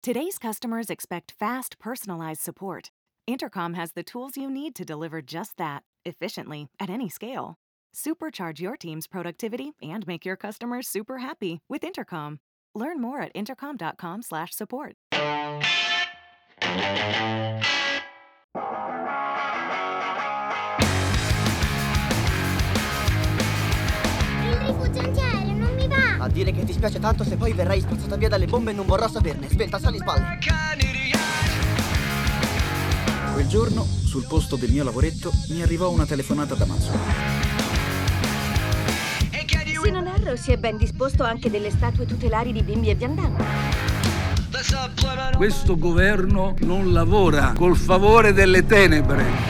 Today's customers expect fast, personalized support. Intercom has the tools you need to deliver just that, efficiently, at any scale. Supercharge your team's productivity and make your customers super happy with Intercom. Learn more at intercom.com/support. Il rifugio antiaereo non mi va! A dire che ti spiace tanto se poi verrai spazzata via dalle bombe e non vorrò saperne. Svelta, sali spalle. Quel giorno, sul posto del mio lavoretto, mi arrivò una telefonata da Mazzo. Se non erro, si è ben disposto anche delle statue tutelari di bimbi e viandanti. Questo governo non lavora col favore delle tenebre.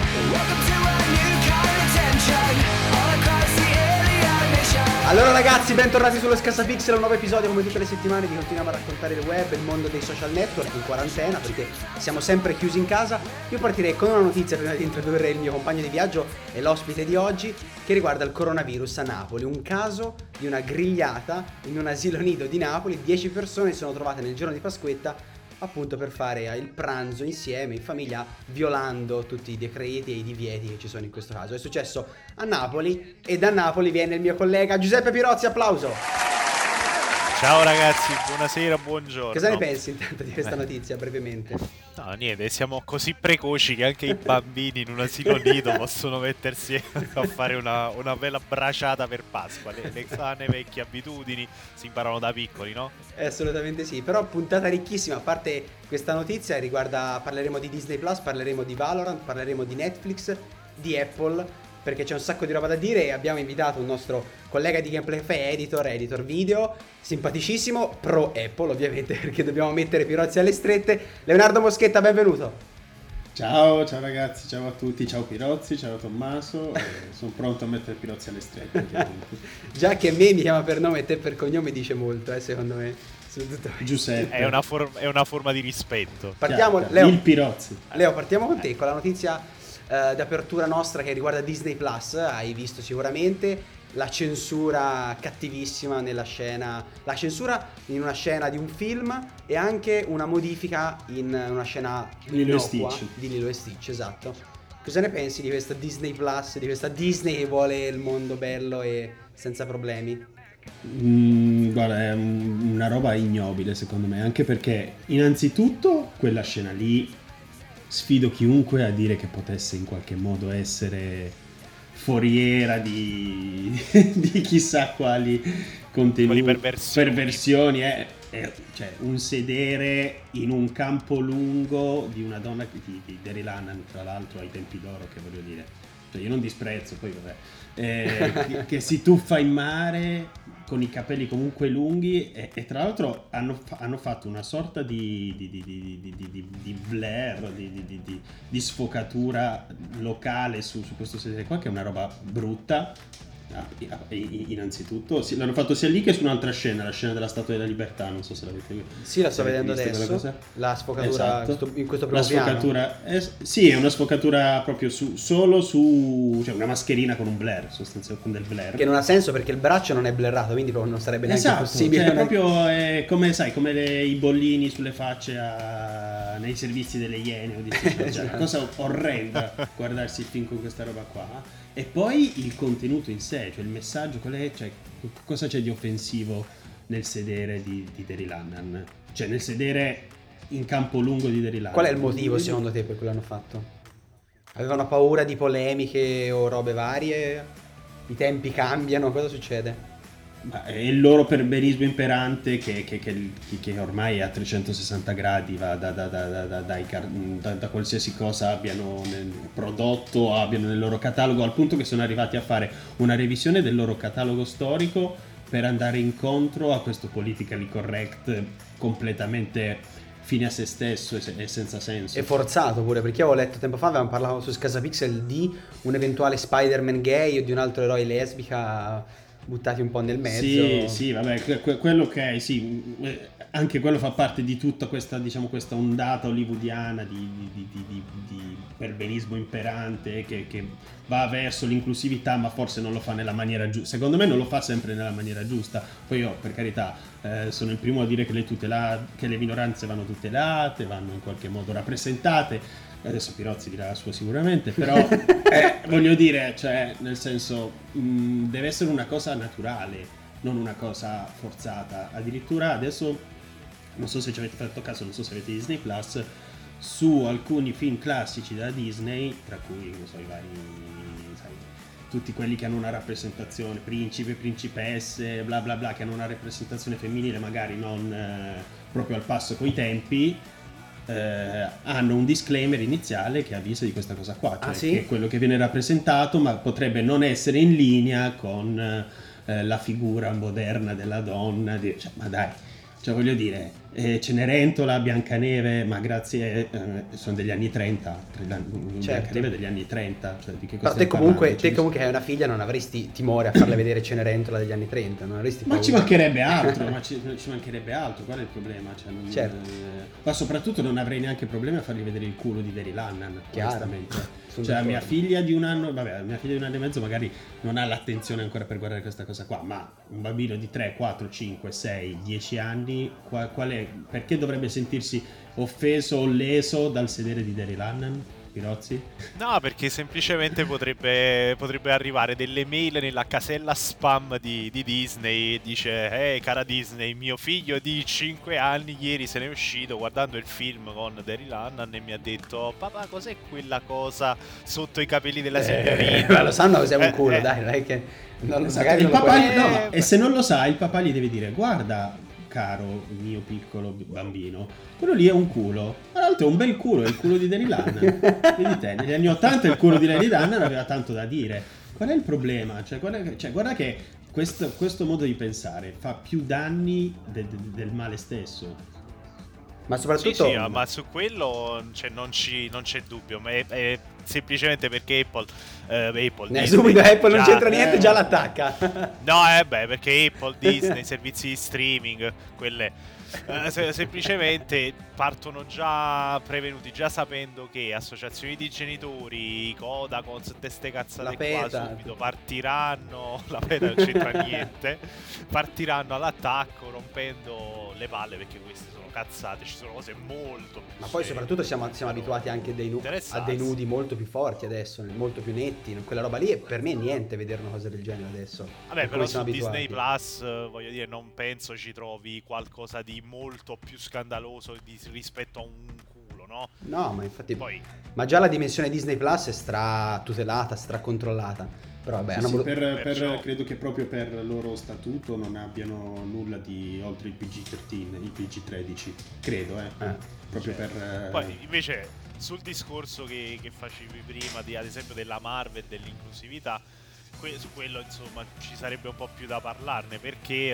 Allora ragazzi, bentornati sullo Scassapixel, un nuovo episodio come tutte le settimane di Continuiamo a raccontare il web e il mondo dei social network in quarantena, perché siamo sempre chiusi in casa. Io partirei con una notizia prima di introdurre il mio compagno di viaggio e l'ospite di oggi, che riguarda il coronavirus a Napoli. Un caso di una grigliata in un asilo nido di Napoli. 10 persone si sono trovate nel giorno di Pasquetta appunto per fare il pranzo insieme in famiglia, violando tutti i decreti e i divieti che ci sono in questo caso. È successo a Napoli e da Napoli viene il mio collega Giuseppe Pirozzi. Applauso. Ciao ragazzi, buonasera, buongiorno. Cosa ne pensi intanto di questa notizia brevemente? No, niente, siamo così precoci che anche i bambini in un asilo nido possono mettersi a fare una bella braciata per Pasqua. Le sane vecchie abitudini si imparano da piccoli, no? Assolutamente sì, però puntata ricchissima. A parte questa notizia parleremo di Disney Plus, parleremo di Valorant, parleremo di Netflix, di Apple, perché c'è un sacco di roba da dire e abbiamo invitato un nostro collega di Gameplay Caffè, editor video, simpaticissimo, pro Apple ovviamente, perché dobbiamo mettere Pirozzi alle strette. Leonardo Moschetta, benvenuto. Ciao ragazzi, ciao a tutti, ciao Pirozzi, ciao Tommaso, sono pronto a mettere Pirozzi alle strette. Già che a me mi chiama per nome e te per cognome dice molto, secondo me. Giuseppe. È una forma di rispetto. Partiamo, Chiaro, Leo. Il Pirozzi. Leo, partiamo con te, con la notizia d'apertura nostra che riguarda Disney Plus. Hai visto sicuramente la censura cattivissima nella scena, la censura in una scena di un film e anche una modifica in una scena Lilo e Stitch. di Lilo e Stitch, esatto. Cosa ne pensi di questa Disney Plus, di questa Disney che vuole il mondo bello e senza problemi? Guarda, è una roba ignobile secondo me, anche perché innanzitutto quella scena lì sfido chiunque a dire che potesse in qualche modo essere foriera di chissà quali contenuti, perversioni. Cioè un sedere in un campo lungo di una donna di Daryl Hannah, tra l'altro ai tempi d'oro, che voglio dire, cioè io non disprezzo, poi vabbè, che si tuffa in mare con i capelli comunque lunghi e tra l'altro hanno fatto una sorta di Blair, di sfocatura locale su questo sedere qua, che è una roba brutta. Innanzitutto l'hanno fatto sia lì che su un'altra scena, la scena della Statua della Libertà, non so se l'avete. Sì, la sto vedendo adesso. La sfocatura, esatto. In questo primo la sfocatura sì, è una sfocatura proprio solo su, cioè una mascherina con un blur, sostanzialmente con del blur, che non ha senso perché il braccio non è blurrato, quindi proprio non sarebbe neanche possibile. Cioè, proprio è come sai, come i bollini sulle facce nei servizi delle Iene o di cioè, una cosa orrenda guardarsi il film con questa roba qua. E poi il contenuto in sé, cioè il messaggio, cioè, cosa c'è di offensivo nel sedere di Daryl Hannah? Cioè nel sedere in campo lungo di Daryl Hannah. Qual è il motivo secondo te per cui l'hanno fatto? Avevano paura di polemiche o robe varie? I tempi cambiano, cosa succede? È il loro perbenismo imperante che ormai è a 360 gradi, va da qualsiasi cosa abbiano nel prodotto, abbiano nel loro catalogo, al punto che sono arrivati a fare una revisione del loro catalogo storico per andare incontro a questo politically correct completamente fine a se stesso e senza senso. È forzato pure, perché io avevo letto tempo fa, avevamo parlato su Scasapixel di un eventuale Spider-Man gay o di un altro eroe lesbica buttati un po' nel mezzo. Sì, vabbè, quello che è, sì, anche quello fa parte di tutta questa, diciamo, questa ondata hollywoodiana di perbenismo imperante che va verso l'inclusività, ma forse non lo fa nella maniera giusta. Secondo me non lo fa sempre nella maniera giusta. Poi io, per carità, sono il primo a dire che le minoranze vanno tutelate, vanno in qualche modo rappresentate. Adesso Pirozzi dirà la sua sicuramente, però voglio dire, cioè, nel senso, deve essere una cosa naturale, non una cosa forzata. Addirittura adesso, non so se ci avete fatto caso, non so se avete Disney Plus, su alcuni film classici della Disney, tra cui, non so, i vari, sai, tutti quelli che hanno una rappresentazione, principe, principesse, bla bla bla, che hanno una rappresentazione femminile magari non proprio al passo coi tempi, hanno un disclaimer iniziale che avvisa di questa cosa qua, cioè sì? che è quello che viene rappresentato ma potrebbe non essere in linea con la figura moderna della donna, cioè, ma dai, cioè voglio dire, Cenerentola, Biancaneve, ma grazie, sono degli anni 30, Biancaneve degli anni 30, cioè di che cosa te comunque hai una figlia, non avresti timore a farle vedere Cenerentola degli anni 30, non avresti paura? Ma ci mancherebbe altro, qual è il problema? Cioè, ma soprattutto non avrei neanche problemi a fargli vedere il culo di Daryl Hannah, onestamente. Cioè la mia figlia di un anno e mezzo magari non ha l'attenzione ancora per guardare questa cosa qua, ma un bambino di 3, 4, 5, 6, 10 anni, qual è? Perché dovrebbe sentirsi offeso o leso dal sedere di Daryl Hannah? Pirozzi? No, perché semplicemente potrebbe arrivare delle mail nella casella spam di Disney e dice: cara Disney, mio figlio di 5 anni ieri se n'è uscito guardando il film con Daryl Hannah e mi ha detto: papà, cos'è quella cosa sotto i capelli della signorina? Ma lo sanno cos'è un culo, dai, non è che magari il non papà, e se non lo sa il papà gli deve dire: guarda caro mio piccolo bambino, quello lì è un culo, tra l'altro è un bel culo, è il culo di Daryl Hannah. Vedi te, negli anni 80 il culo di Daryl Hannah aveva tanto da dire. Qual è il problema? Guarda che questo modo di pensare fa più danni del male stesso. Ma soprattutto sì, ma su quello non c'è dubbio, ma è semplicemente perché subito Apple non c'entra niente, già l'attacca. No, perché Apple, Disney, servizi di streaming, quelle semplicemente partono già prevenuti, già sapendo che associazioni di genitori, Codacons, tutte ste cazzate qua subito partiranno, la PETA non c'entra niente, partiranno all'attacco rompendo le palle, perché queste sono cazzate, ci sono cose molto più ma poi soprattutto siamo abituati anche a dei nudi molto più forti adesso, molto più netti, quella roba lì per me è niente vedere una cosa del genere adesso. Vabbè, però su Disney Plus voglio dire, non penso ci trovi qualcosa di molto più scandaloso rispetto a un culo, no? No, ma infatti ma già la dimensione Disney Plus è stra tutelata, stra controllata. Però vabbè, credo che proprio per loro statuto non abbiano nulla di oltre il PG-13, il PG-13, credo, proprio per... Poi invece sul discorso che facevi prima ad esempio della Marvel, dell'inclusività, su quello insomma ci sarebbe un po' più da parlarne, perché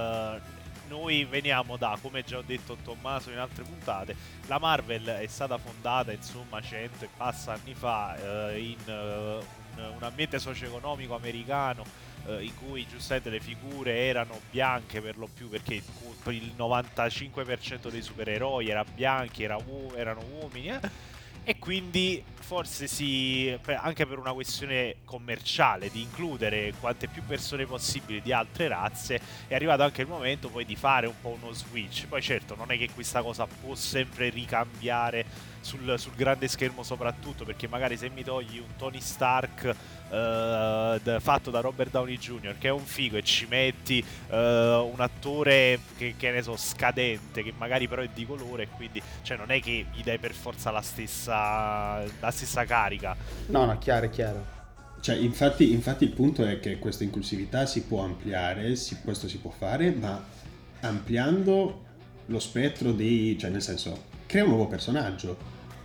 noi veniamo da, come già ho detto Tommaso in altre puntate, la Marvel è stata fondata insomma 100 e passa anni fa in un ambiente socio-economico americano in cui giustamente le figure erano bianche per lo più, perché il 95% dei supereroi era bianchi, erano uomini, e quindi forse anche per una questione commerciale di includere quante più persone possibili di altre razze, è arrivato anche il momento poi di fare un po' uno switch. Poi certo non è che questa cosa può sempre ricambiare sul grande schermo, soprattutto perché magari se mi togli un Tony Stark fatto da Robert Downey Jr., che è un figo, e ci metti un attore che ne so, scadente, che magari però è di colore, e quindi cioè non è che gli dai per forza la stessa carica. No, chiaro, è chiaro. Cioè, infatti il punto è che questa inclusività si può ampliare, questo si può fare, ma ampliando lo spettro cioè nel senso, crea un nuovo personaggio.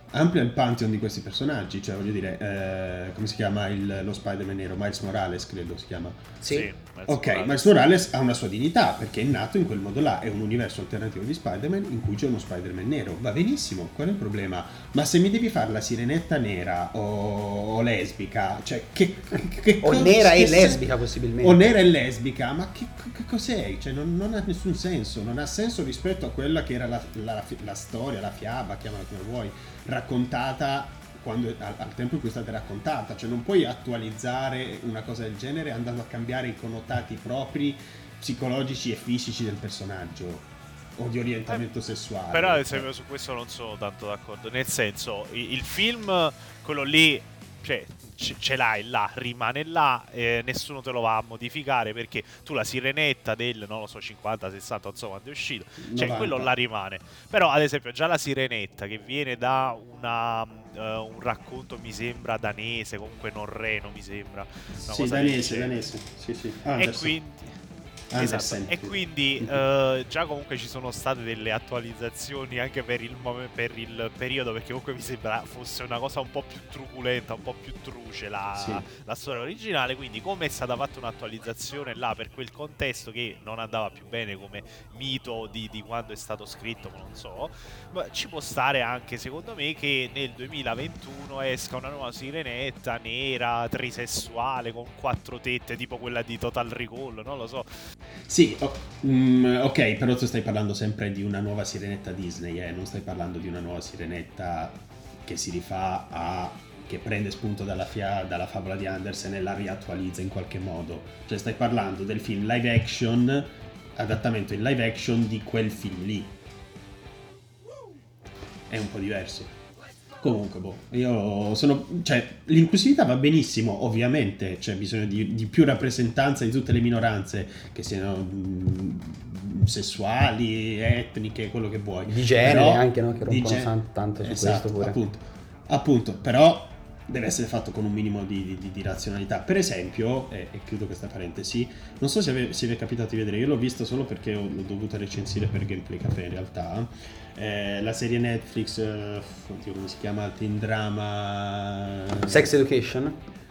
amplia il pantheon di questi personaggi, cioè voglio dire, come si chiama lo Spider-Man nero? Miles Morales credo si chiama. Sì. Ok, Miles Morales ha una sua dignità perché è nato in quel modo là, è un universo alternativo di Spider-Man in cui c'è uno Spider-Man nero, va benissimo, qual è il problema? Ma se mi devi fare la sirenetta nera o lesbica, cioè o nera e lesbica possibilmente. O nera e lesbica, ma che cos'è? Cioè non ha nessun senso, non ha senso rispetto a quella che era la storia, la fiaba, chiamala come vuoi, raccontata al tempo in cui è stata raccontata, cioè non puoi attualizzare una cosa del genere andando a cambiare i connotati propri psicologici e fisici del personaggio o di orientamento sessuale. Però ad esempio su questo non sono tanto d'accordo, nel senso il film, quello lì, cioè ce l'hai là, rimane là, nessuno te lo va a modificare perché tu la sirenetta del, non lo so, 50, 60, non so quando è uscito, cioè 90. quello là rimane. Però ad esempio già la sirenetta che viene da un racconto mi sembra danese, comunque norreno mi sembra, una sì, cosa danese, sì. E quindi Andersen. esatto. E quindi già comunque ci sono state delle attualizzazioni anche per il periodo, perché comunque mi sembra fosse una cosa un po' più truculenta, un po' più truce la storia originale, quindi come è stata fatta un'attualizzazione là per quel contesto che non andava più bene come mito di quando è stato scritto, ma non so, ma ci può stare anche secondo me che nel 2021 esca una nuova sirenetta nera, trisessuale, con 4 tette tipo quella di Total Recall, non lo so. Sì, ok, però tu stai parlando sempre di una nuova sirenetta Disney, non stai parlando di una nuova sirenetta che si rifà che prende spunto dalla favola di Andersen e la riattualizza in qualche modo. Cioè stai parlando del film live action, adattamento in live action di quel film lì. È un po' diverso. Comunque, cioè, l'inclusività va benissimo, ovviamente c'è bisogno di più rappresentanza di tutte le minoranze, che siano sessuali, etniche, quello che vuoi. Di genere però, anche, no? Che rompono tanto su esatto, questo pure. Appunto, però deve essere fatto con un minimo di razionalità. Per esempio, e chiudo questa parentesi, non so se vi è capitato di vedere, io l'ho visto solo perché l'ho dovuta recensire per Gameplay Café in realtà, la serie Netflix, oddio, come si chiama, teen drama Sex Education,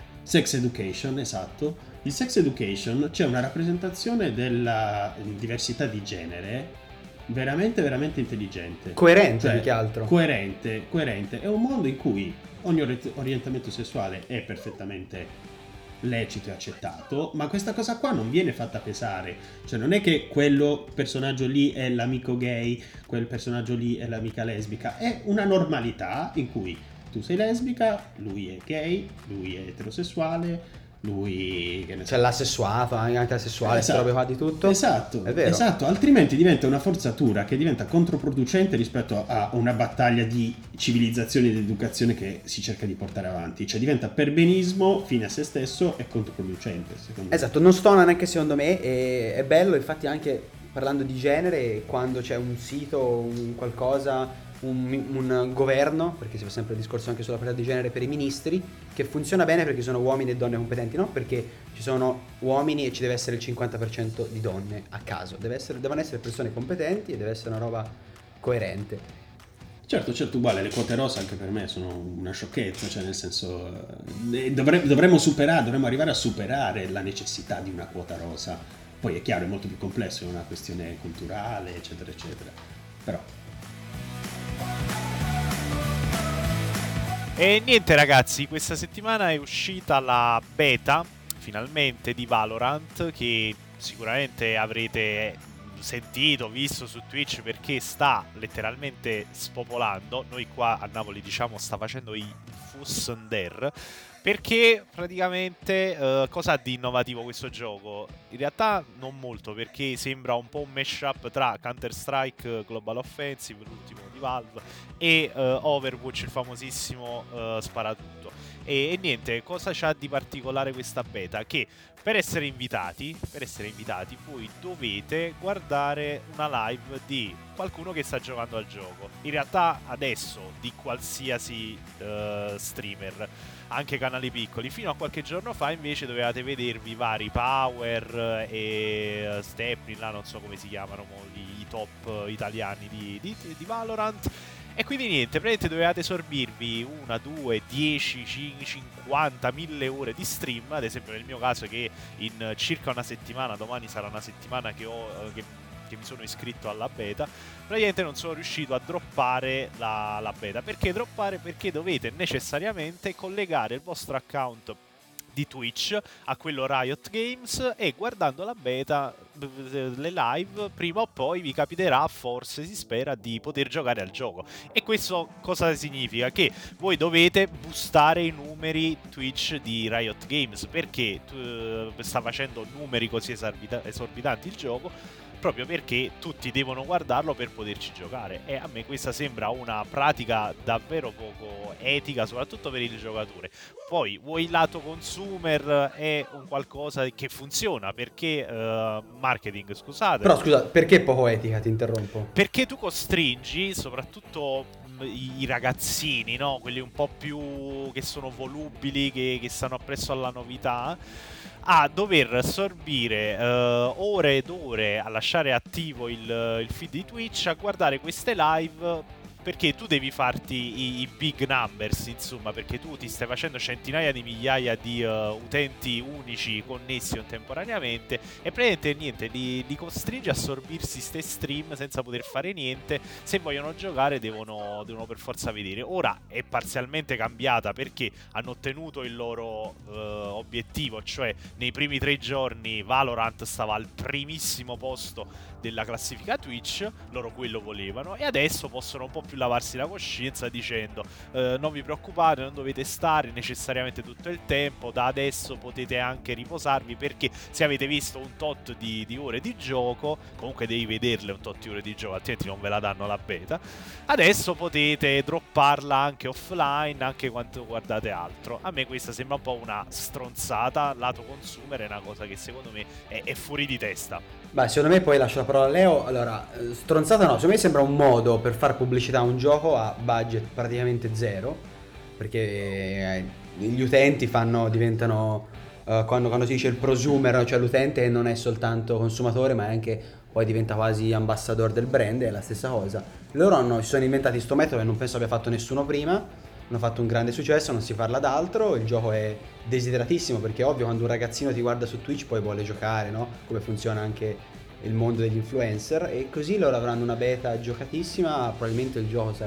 esatto. Il Sex Education c'è una rappresentazione della diversità di genere veramente veramente intelligente, coerente, più che altro coerente. È un mondo in cui ogni orientamento sessuale è perfettamente lecito e accettato, ma questa cosa qua non viene fatta pesare, cioè non è che quello personaggio lì è l'amico gay, quel personaggio lì è l'amica lesbica, è una normalità in cui tu sei lesbica, lui è gay, lui è eterosessuale, lui che ne so, c'è l'asessuato, anche asessuale, esatto, robe qua di tutto. Esatto, è vero. Esatto, altrimenti diventa una forzatura che diventa controproducente rispetto a una battaglia di civilizzazione e di educazione che si cerca di portare avanti, cioè diventa perbenismo fine a se stesso e controproducente, secondo me. Esatto, non stona neanche secondo me, e è bello infatti anche parlando di genere, quando c'è un sito, un qualcosa, un governo, perché si fa sempre il discorso anche sulla parità di genere per i ministri, che funziona bene perché sono uomini e donne competenti, no? Perché ci sono uomini e ci deve essere il 50% di donne a caso, devono essere persone competenti e deve essere una roba coerente. Certo, uguale, le quote rosa anche per me sono una sciocchezza, cioè nel senso dovremmo arrivare a superare la necessità di una quota rosa. Poi è chiaro, è molto più complesso, è una questione culturale, eccetera, eccetera. Però e niente ragazzi, questa settimana è uscita la beta finalmente di Valorant, che sicuramente avrete sentito, visto su Twitch, perché sta letteralmente spopolando. Noi qua a Napoli diciamo sta facendo i Fussender, perché praticamente cosa ha di innovativo questo gioco? In realtà non molto, perché sembra un po' un mashup tra Counter-Strike Global Offensive, l'ultimo di Valve, e Overwatch, il famosissimo sparatutto. E niente, cosa c'ha di particolare questa beta? Che per essere invitati voi dovete guardare una live di qualcuno che sta giocando al gioco. In realtà adesso di qualsiasi streamer, anche canali piccoli. Fino a qualche giorno fa invece dovevate vedervi vari Power e Stepney, là non so come si chiamano i top italiani di Valorant. E quindi niente, praticamente dovevate sorbirvi 1, 2, 10, 50, 1000 ore di stream. Ad esempio nel mio caso, che in circa una settimana, domani sarà una settimana che mi sono iscritto alla beta, praticamente non sono riuscito a droppare la beta. Perché droppare? Perché dovete necessariamente collegare il vostro account di Twitch a quello Riot Games, e guardando la beta, le live, prima o poi vi capiterà, forse si spera, di poter giocare al gioco. E questo cosa significa? Che voi dovete boostare i numeri Twitch di Riot Games, perché sta facendo numeri così esorbitanti il gioco, proprio perché tutti devono guardarlo per poterci giocare. E a me questa sembra una pratica davvero poco etica, soprattutto per il giocatore. Poi, vuoi il lato consumer, è un qualcosa che funziona, perché marketing, scusate. Però scusa, perché poco etica, ti interrompo? Perché tu costringi soprattutto i ragazzini, no? Quelli un po' più che sono volubili, che stanno appresso alla novità, a dover sorbire ore ed ore, a lasciare attivo il feed di Twitch, a guardare queste live, perché tu devi farti i big numbers, insomma, perché tu ti stai facendo centinaia di migliaia di utenti unici connessi contemporaneamente, e praticamente niente, li costringe a sorbirsi ste stream senza poter fare niente. Se vogliono giocare devono per forza vedere. Ora è parzialmente cambiata, perché hanno ottenuto il loro obiettivo, cioè nei primi 3 giorni Valorant stava al primissimo posto della classifica Twitch, loro quello volevano, e adesso possono un po' più lavarsi la coscienza dicendo non vi preoccupate, non dovete stare necessariamente tutto il tempo, da adesso potete anche riposarvi, perché se avete visto un tot di ore di gioco, comunque devi vederle un tot di ore di gioco, altrimenti non ve la danno la beta, adesso potete dropparla anche offline, anche quando guardate altro. A me questa sembra un po' una stronzata, lato consumer è una cosa che secondo me è fuori di testa. Beh, secondo me, poi lascio la parola a Leo. Allora, stronzata no, secondo me sembra un modo per fare pubblicità a un gioco a budget praticamente zero, perché gli utenti diventano quando si dice il prosumer, cioè l'utente non è soltanto consumatore, ma è anche, poi diventa quasi ambassador del brand, è la stessa cosa. Loro si sono inventati sto metodo che non penso abbia fatto nessuno prima, hanno fatto un grande successo, non si parla d'altro, il gioco è desideratissimo, perché è ovvio, quando un ragazzino ti guarda su Twitch poi vuole giocare, no? Come funziona anche il mondo degli influencer, e così loro avranno una beta giocatissima, probabilmente il gioco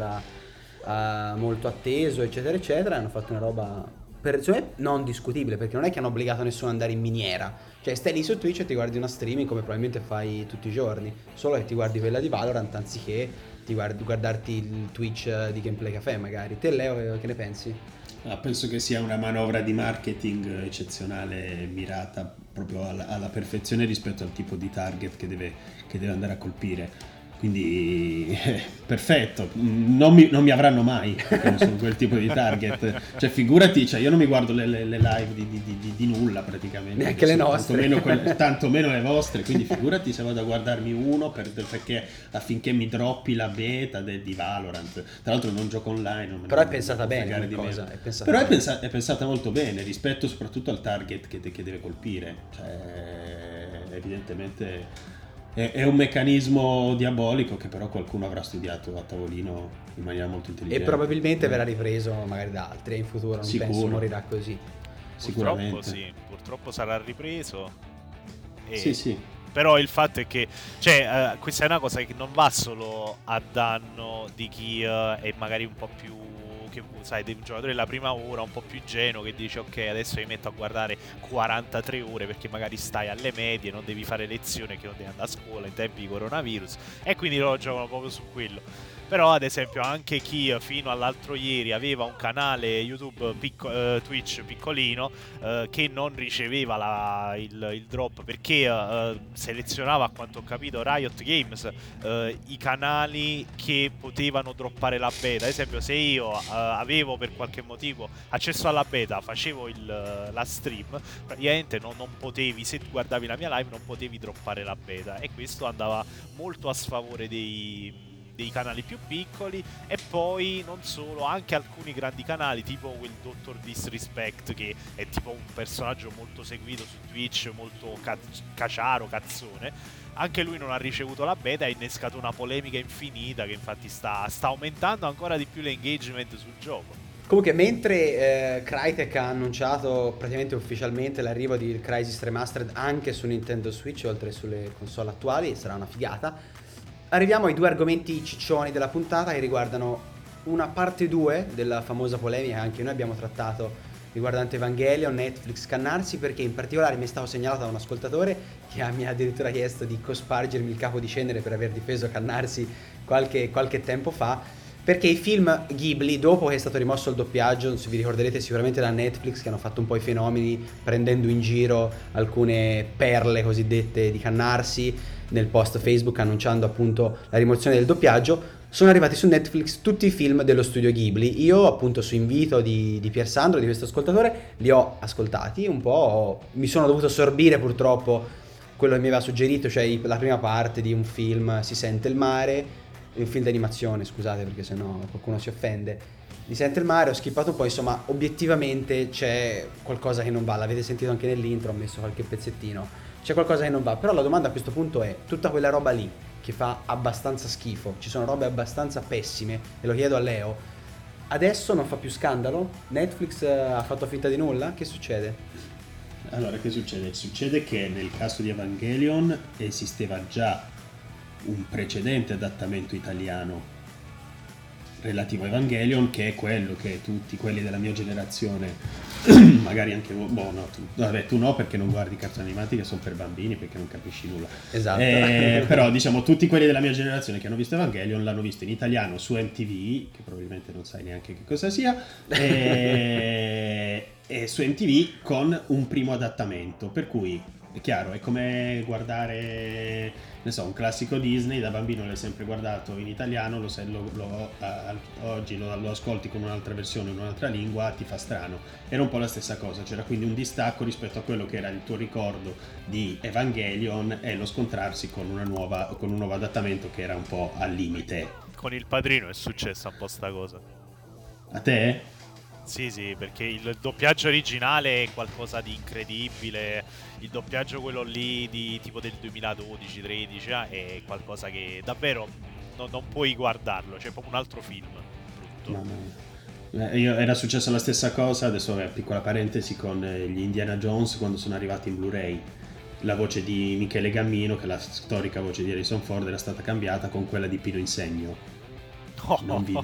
sarà molto atteso, eccetera eccetera. Hanno fatto una roba, secondo me, non discutibile, perché non è che hanno obbligato nessuno ad andare in miniera, cioè stai lì su Twitch e ti guardi una streaming come probabilmente fai tutti i giorni, solo che ti guardi quella di Valorant anziché guardarti il Twitch di Gameplay Café magari. Te, Leo, che ne pensi? Penso che sia una manovra di marketing eccezionale, mirata proprio alla perfezione rispetto al tipo di target che deve andare a colpire. Quindi perfetto, non mi avranno mai, perché non sono quel tipo di target. Cioè figurati, io non mi guardo le live di nulla praticamente, neanche le nostre, tantomeno le vostre, quindi figurati se vado a guardarmi uno perché affinché mi droppi la beta di Valorant. Tra l'altro non gioco online, però è pensata bene di cosa, è pensata molto bene rispetto soprattutto al target che deve colpire. Cioè evidentemente è un meccanismo diabolico che però qualcuno avrà studiato a tavolino in maniera molto intelligente. E probabilmente verrà ripreso magari da altri in futuro, non penso morirà così. Sicuramente. Purtroppo sarà ripreso. Sì. Però il fatto è che questa è una cosa che non va solo a danno di chi è magari un po' più, che sai, dei giocatori della prima ora un po' più ingenuo, che dice ok, adesso mi metto a guardare 43 ore perché magari stai alle medie, non devi fare lezione, che non devi andare a scuola in tempi di coronavirus, e quindi loro giocano proprio su quello. Però ad esempio anche chi fino all'altro ieri aveva un canale YouTube Twitch piccolino, che non riceveva il drop, perché selezionava, a quanto ho capito, Riot Games i canali che potevano droppare la beta. Ad esempio, se io avevo per qualche motivo accesso alla beta, facevo la stream, praticamente non potevi, se guardavi la mia live non potevi droppare la beta, e questo andava molto a sfavore dei canali più piccoli, e poi non solo, anche alcuni grandi canali tipo quel Dr. Disrespect, che è tipo un personaggio molto seguito su Twitch, molto caciaro, cazzone. Anche lui non ha ricevuto la beta e ha innescato una polemica infinita che infatti sta aumentando ancora di più l'engagement sul gioco. Comunque, mentre Crytek ha annunciato praticamente ufficialmente l'arrivo di Crysis Remastered anche su Nintendo Switch, oltre sulle console attuali, sarà una figata, arriviamo ai 2 argomenti ciccioni della puntata che riguardano una parte 2 della famosa polemica che anche noi abbiamo trattato riguardante Evangelion, Netflix, scannarsi, perché in particolare mi è stato segnalato da un ascoltatore che mi ha addirittura chiesto di cospargermi il capo di cenere per aver difeso Cannarsi qualche tempo fa, perché i film Ghibli, dopo che è stato rimosso il doppiaggio, se vi ricorderete sicuramente da Netflix, che hanno fatto un po' i fenomeni prendendo in giro alcune perle cosiddette di Cannarsi nel post Facebook annunciando appunto la rimozione del doppiaggio, sono arrivati su Netflix tutti i film dello studio Ghibli. Io appunto su invito di Pier Sandro, di questo ascoltatore, li ho ascoltati un po', mi sono dovuto sorbire purtroppo quello che mi aveva suggerito, cioè la prima parte di un film Si sente il mare, un film d'animazione, scusate perché sennò qualcuno si offende. Si sente il mare, ho skippato un po', insomma obiettivamente c'è qualcosa che non va, l'avete sentito anche nell'intro, ho messo qualche pezzettino, c'è qualcosa che non va, però la domanda a questo punto è, tutta quella roba lì che fa abbastanza schifo, ci sono robe abbastanza pessime, e lo chiedo a Leo, adesso non fa più scandalo? Netflix ha fatto finta di nulla? Che succede? Allora, che succede? Succede che nel caso di Evangelion esisteva già un precedente adattamento italiano relativo a Evangelion, che è quello che tutti quelli della mia generazione, magari anche tu no, perché non guardi cartoni animati che sono per bambini, perché non capisci nulla. Esatto. Però diciamo tutti quelli della mia generazione che hanno visto Evangelion l'hanno visto in italiano su MTV, che probabilmente non sai neanche che cosa sia, e su MTV con un primo adattamento, per cui è chiaro, è come guardare, ne so, un classico Disney, da bambino l'hai sempre guardato in italiano, oggi lo ascolti con un'altra versione, in un'altra lingua, ti fa strano. Era un po' la stessa cosa, c'era quindi un distacco rispetto a quello che era il tuo ricordo di Evangelion e lo scontrarsi con un nuovo adattamento che era un po' al limite. Con Il Padrino è successa un po' sta cosa. A te? Sì, perché il doppiaggio originale è qualcosa di incredibile. Il doppiaggio quello lì di tipo del 2012-13 è qualcosa che davvero non puoi guardarlo, cioè è proprio un altro film brutto. Era successa la stessa cosa, adesso piccola parentesi, con gli Indiana Jones quando sono arrivati in Blu-ray. La voce di Michele Gammino, che è la storica voce di Harrison Ford, era stata cambiata con quella di Pino Insegno. Non vi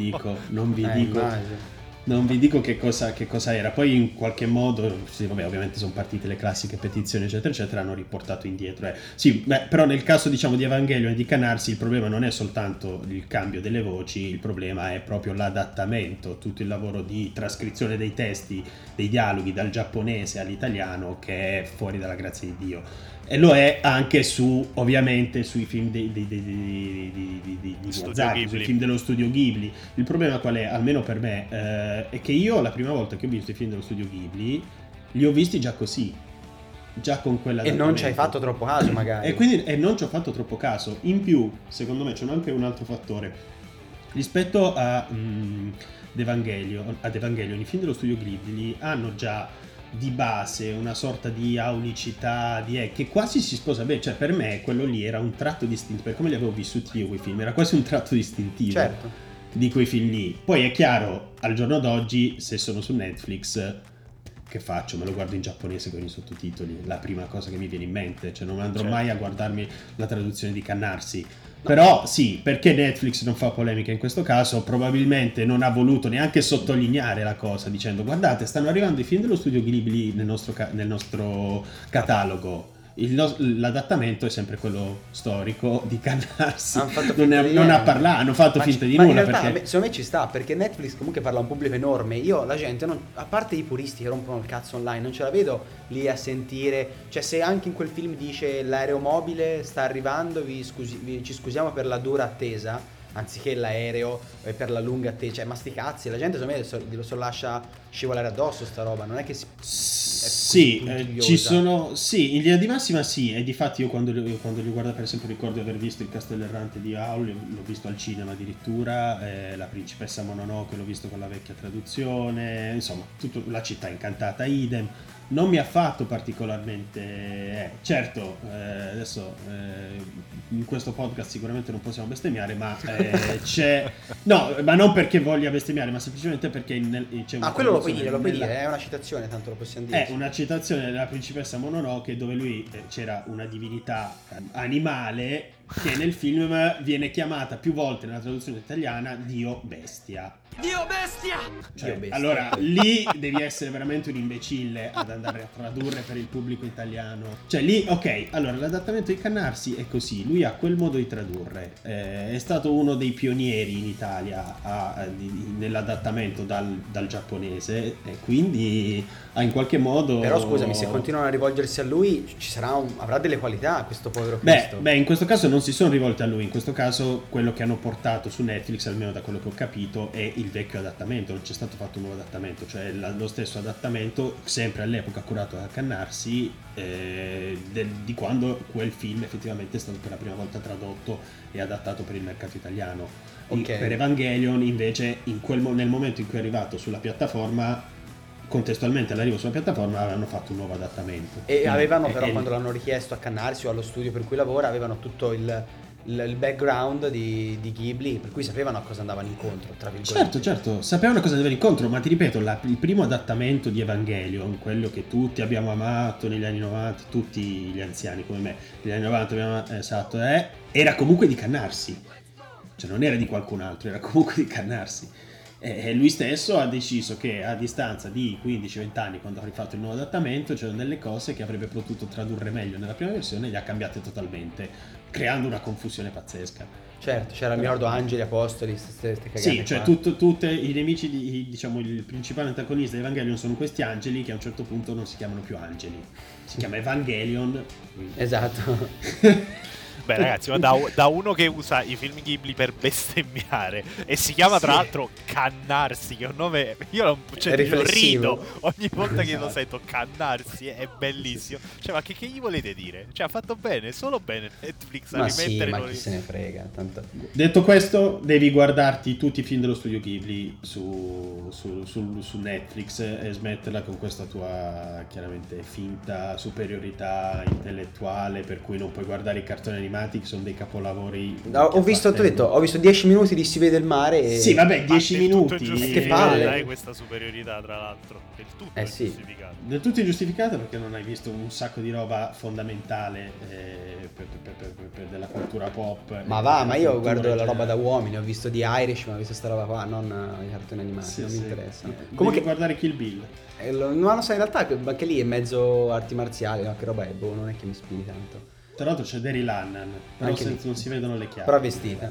dico che cosa era. Poi in qualche modo, sì, vabbè, ovviamente sono partite le classiche petizioni eccetera eccetera, hanno riportato indietro. Però nel caso diciamo di Evangelion e di Cannarsi il problema non è soltanto il cambio delle voci, il problema è proprio l'adattamento, tutto il lavoro di trascrizione dei testi, dei dialoghi dal giapponese all'italiano, che è fuori dalla grazia di Dio. E lo è anche ovviamente sui film di Miyazaki, sui film dello studio Ghibli. Il problema qual è, almeno per me, è che io la prima volta che ho visto i film dello studio Ghibli li ho visti già così, già con quella. E non ci hai fatto troppo caso magari. E non ci ho fatto troppo caso. In più, secondo me c'è anche un altro fattore. Rispetto ad Evangelion, i film dello studio Ghibli hanno già di base una sorta di aulicità che quasi si sposa bene, cioè per me quello lì era un tratto distintivo, per come li avevo vissuti io quei film, era quasi un tratto distintivo, certo, di quei film lì. Poi è chiaro, al giorno d'oggi, se sono su Netflix, che faccio? Me lo guardo in giapponese con i sottotitoli, la prima cosa che mi viene in mente, cioè non andrò mai a guardarmi la traduzione di Cannarsi. Però sì, perché Netflix non fa polemica in questo caso? Probabilmente non ha voluto neanche sottolineare la cosa, dicendo guardate, stanno arrivando i film dello studio Ghibli nel nostro catalogo. L'adattamento è sempre quello storico di Cannarsi. Hanno fatto finta di nulla. In realtà, perché secondo me ci sta, perché Netflix comunque parla a un pubblico enorme. Io la gente, a parte i puristi che rompono il cazzo online, non ce la vedo lì a sentire. Cioè, se anche in quel film dice l'aeromobile sta arrivando, ci scusiamo per la dura attesa, anziché l'aereo per la lunga cioè ma sti cazzi, la gente secondo me lo lascia scivolare addosso sta roba, non è che sì, ci sono, sì, in linea di massima sì, e difatti io quando li guardo, per esempio, ricordo di aver visto Il Castello Errante di Howl, l'ho visto al cinema addirittura, La Principessa Mononoke l'ho visto con la vecchia traduzione, insomma, tutta La Città Incantata idem. Non mi ha fatto particolarmente certo, adesso in questo podcast sicuramente non possiamo bestemmiare, ma c'è, no, ma non perché voglia bestemmiare, ma semplicemente perché c'è una quello lo puoi dire, è una citazione, tanto lo possiamo dire. È una citazione della Principessa Mononoke, dove lui c'era una divinità animale che nel film viene chiamata più volte nella traduzione italiana Dio Bestia. Dio bestia! Cioè, Dio bestia. allora lì devi essere veramente un imbecille ad andare a tradurre per il pubblico italiano. Cioè lì, ok, allora l'adattamento di Cannarsi è così, lui ha quel modo di tradurre, è stato uno dei pionieri in Italia nell'adattamento dal giapponese, e quindi ha in qualche modo... Però scusami, se continuano a rivolgersi a lui avrà delle qualità questo povero Cristo. Beh, in questo caso non si sono rivolti a lui, in questo caso quello che hanno portato su Netflix, almeno da quello che ho capito, è il vecchio adattamento, non c'è stato fatto un nuovo adattamento, cioè lo stesso adattamento, sempre all'epoca curato da Cannarsi, di quando quel film effettivamente è stato per la prima volta tradotto e adattato per il mercato italiano. Okay. Per Evangelion invece nel momento in cui è arrivato sulla piattaforma, contestualmente all'arrivo sulla piattaforma, avevano fatto un nuovo adattamento. E avevano però, quando l'hanno richiesto a Cannarsi o allo studio per cui lavora, avevano tutto il background di Ghibli, per cui sapevano a cosa andavano incontro, tra virgolette. Certo, sapevano a cosa andavano incontro, ma ti ripeto, il primo adattamento di Evangelion, quello che tutti abbiamo amato negli anni 90, tutti gli anziani come me, negli anni 90 era comunque di Cannarsi, cioè non era di qualcun altro, era comunque di Cannarsi. E lui stesso ha deciso che a distanza di 15-20 anni, quando ha rifatto il nuovo adattamento, c'erano delle cose che avrebbe potuto tradurre meglio nella prima versione e le ha cambiate totalmente, creando una confusione pazzesca. Certo, c'era, mi ricordo, angeli, apostoli, queste cagate. Sì, cioè tutti i nemici diciamo, il principale antagonista di Evangelion sono questi angeli che a un certo punto non si chiamano più angeli, si chiama Evangelion. Esatto. Beh ragazzi, ma da uno che usa i film Ghibli per bestemmiare e si chiama tra l'altro Cannarsi, che è un nome, io rido ogni volta che lo sento, Cannarsi, è bellissimo. Cioè, ma che gli volete dire? Cioè, ha fatto bene, solo bene Netflix a rimettere. Ma chi se ne frega, tanto. Detto questo, devi guardarti tutti i film dello studio Ghibli su Netflix e smetterla con questa tua chiaramente finta superiorità intellettuale per cui non puoi guardare i cartoni animati che sono dei capolavori. No, ho visto 10 minuti di Si vede il mare e... Sì, vabbè, 10 minuti. Che palle. Hai questa superiorità, tra l'altro. Del tutto ingiustificato. Del tutto ingiustificato, perché non hai visto un sacco di roba fondamentale per della cultura pop. Ma io guardo la roba da uomini, ho visto The Irish, ma ho visto sta roba qua, non i cartoni animati, non mi interessano. Comunque guardare Kill Bill. Non lo so, in realtà anche lì è mezzo arti marziali, no? Che roba è, non è che mi ispiri tanto. Tra l'altro c'è Daryl Hannah, però non si vedono le chiavi. Però vestita.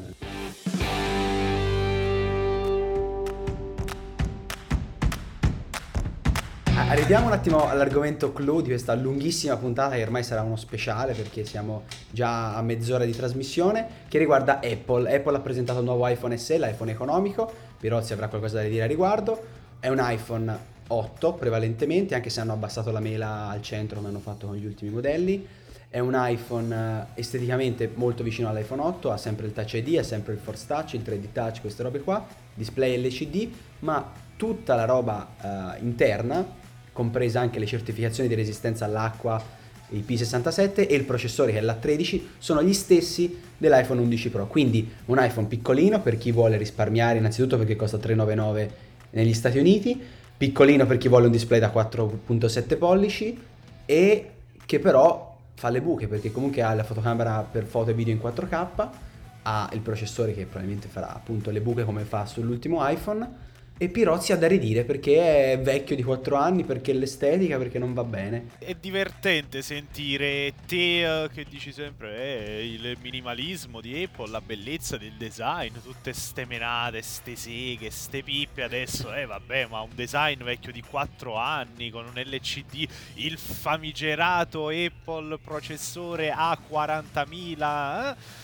Arriviamo un attimo all'argomento clou di questa lunghissima puntata, che ormai sarà uno speciale perché siamo già a mezz'ora di trasmissione, che riguarda Apple. Apple ha presentato il nuovo iPhone SE, l'iPhone economico. Pirozzi avrà qualcosa da dire a riguardo. È un iPhone 8 prevalentemente, anche se hanno abbassato la mela al centro come hanno fatto con gli ultimi modelli. È un iPhone esteticamente molto vicino all'iPhone 8, ha sempre il Touch ID, ha sempre il Force Touch, il 3D Touch, queste robe qua, display LCD, ma tutta la roba interna, compresa anche le certificazioni di resistenza all'acqua, il P67 e il processore che è l'A13, sono gli stessi dell'iPhone 11 Pro. Quindi un iPhone piccolino per chi vuole risparmiare, innanzitutto perché costa $399 negli Stati Uniti, piccolino per chi vuole un display da 4.7 pollici e che però fa le buche, perché comunque ha la fotocamera per foto e video in 4K, ha il processore che probabilmente farà appunto le buche come fa sull'ultimo iPhone, e Pirozzi ha da ridire perché è vecchio di 4 anni, perché l'estetica, perché non va bene. È divertente sentire te che dici sempre il minimalismo di Apple, la bellezza del design, tutte ste menate, ste seghe, ste pippe. Adesso vabbè, ma un design vecchio di 4 anni con un LCD, il famigerato Apple processore A40.000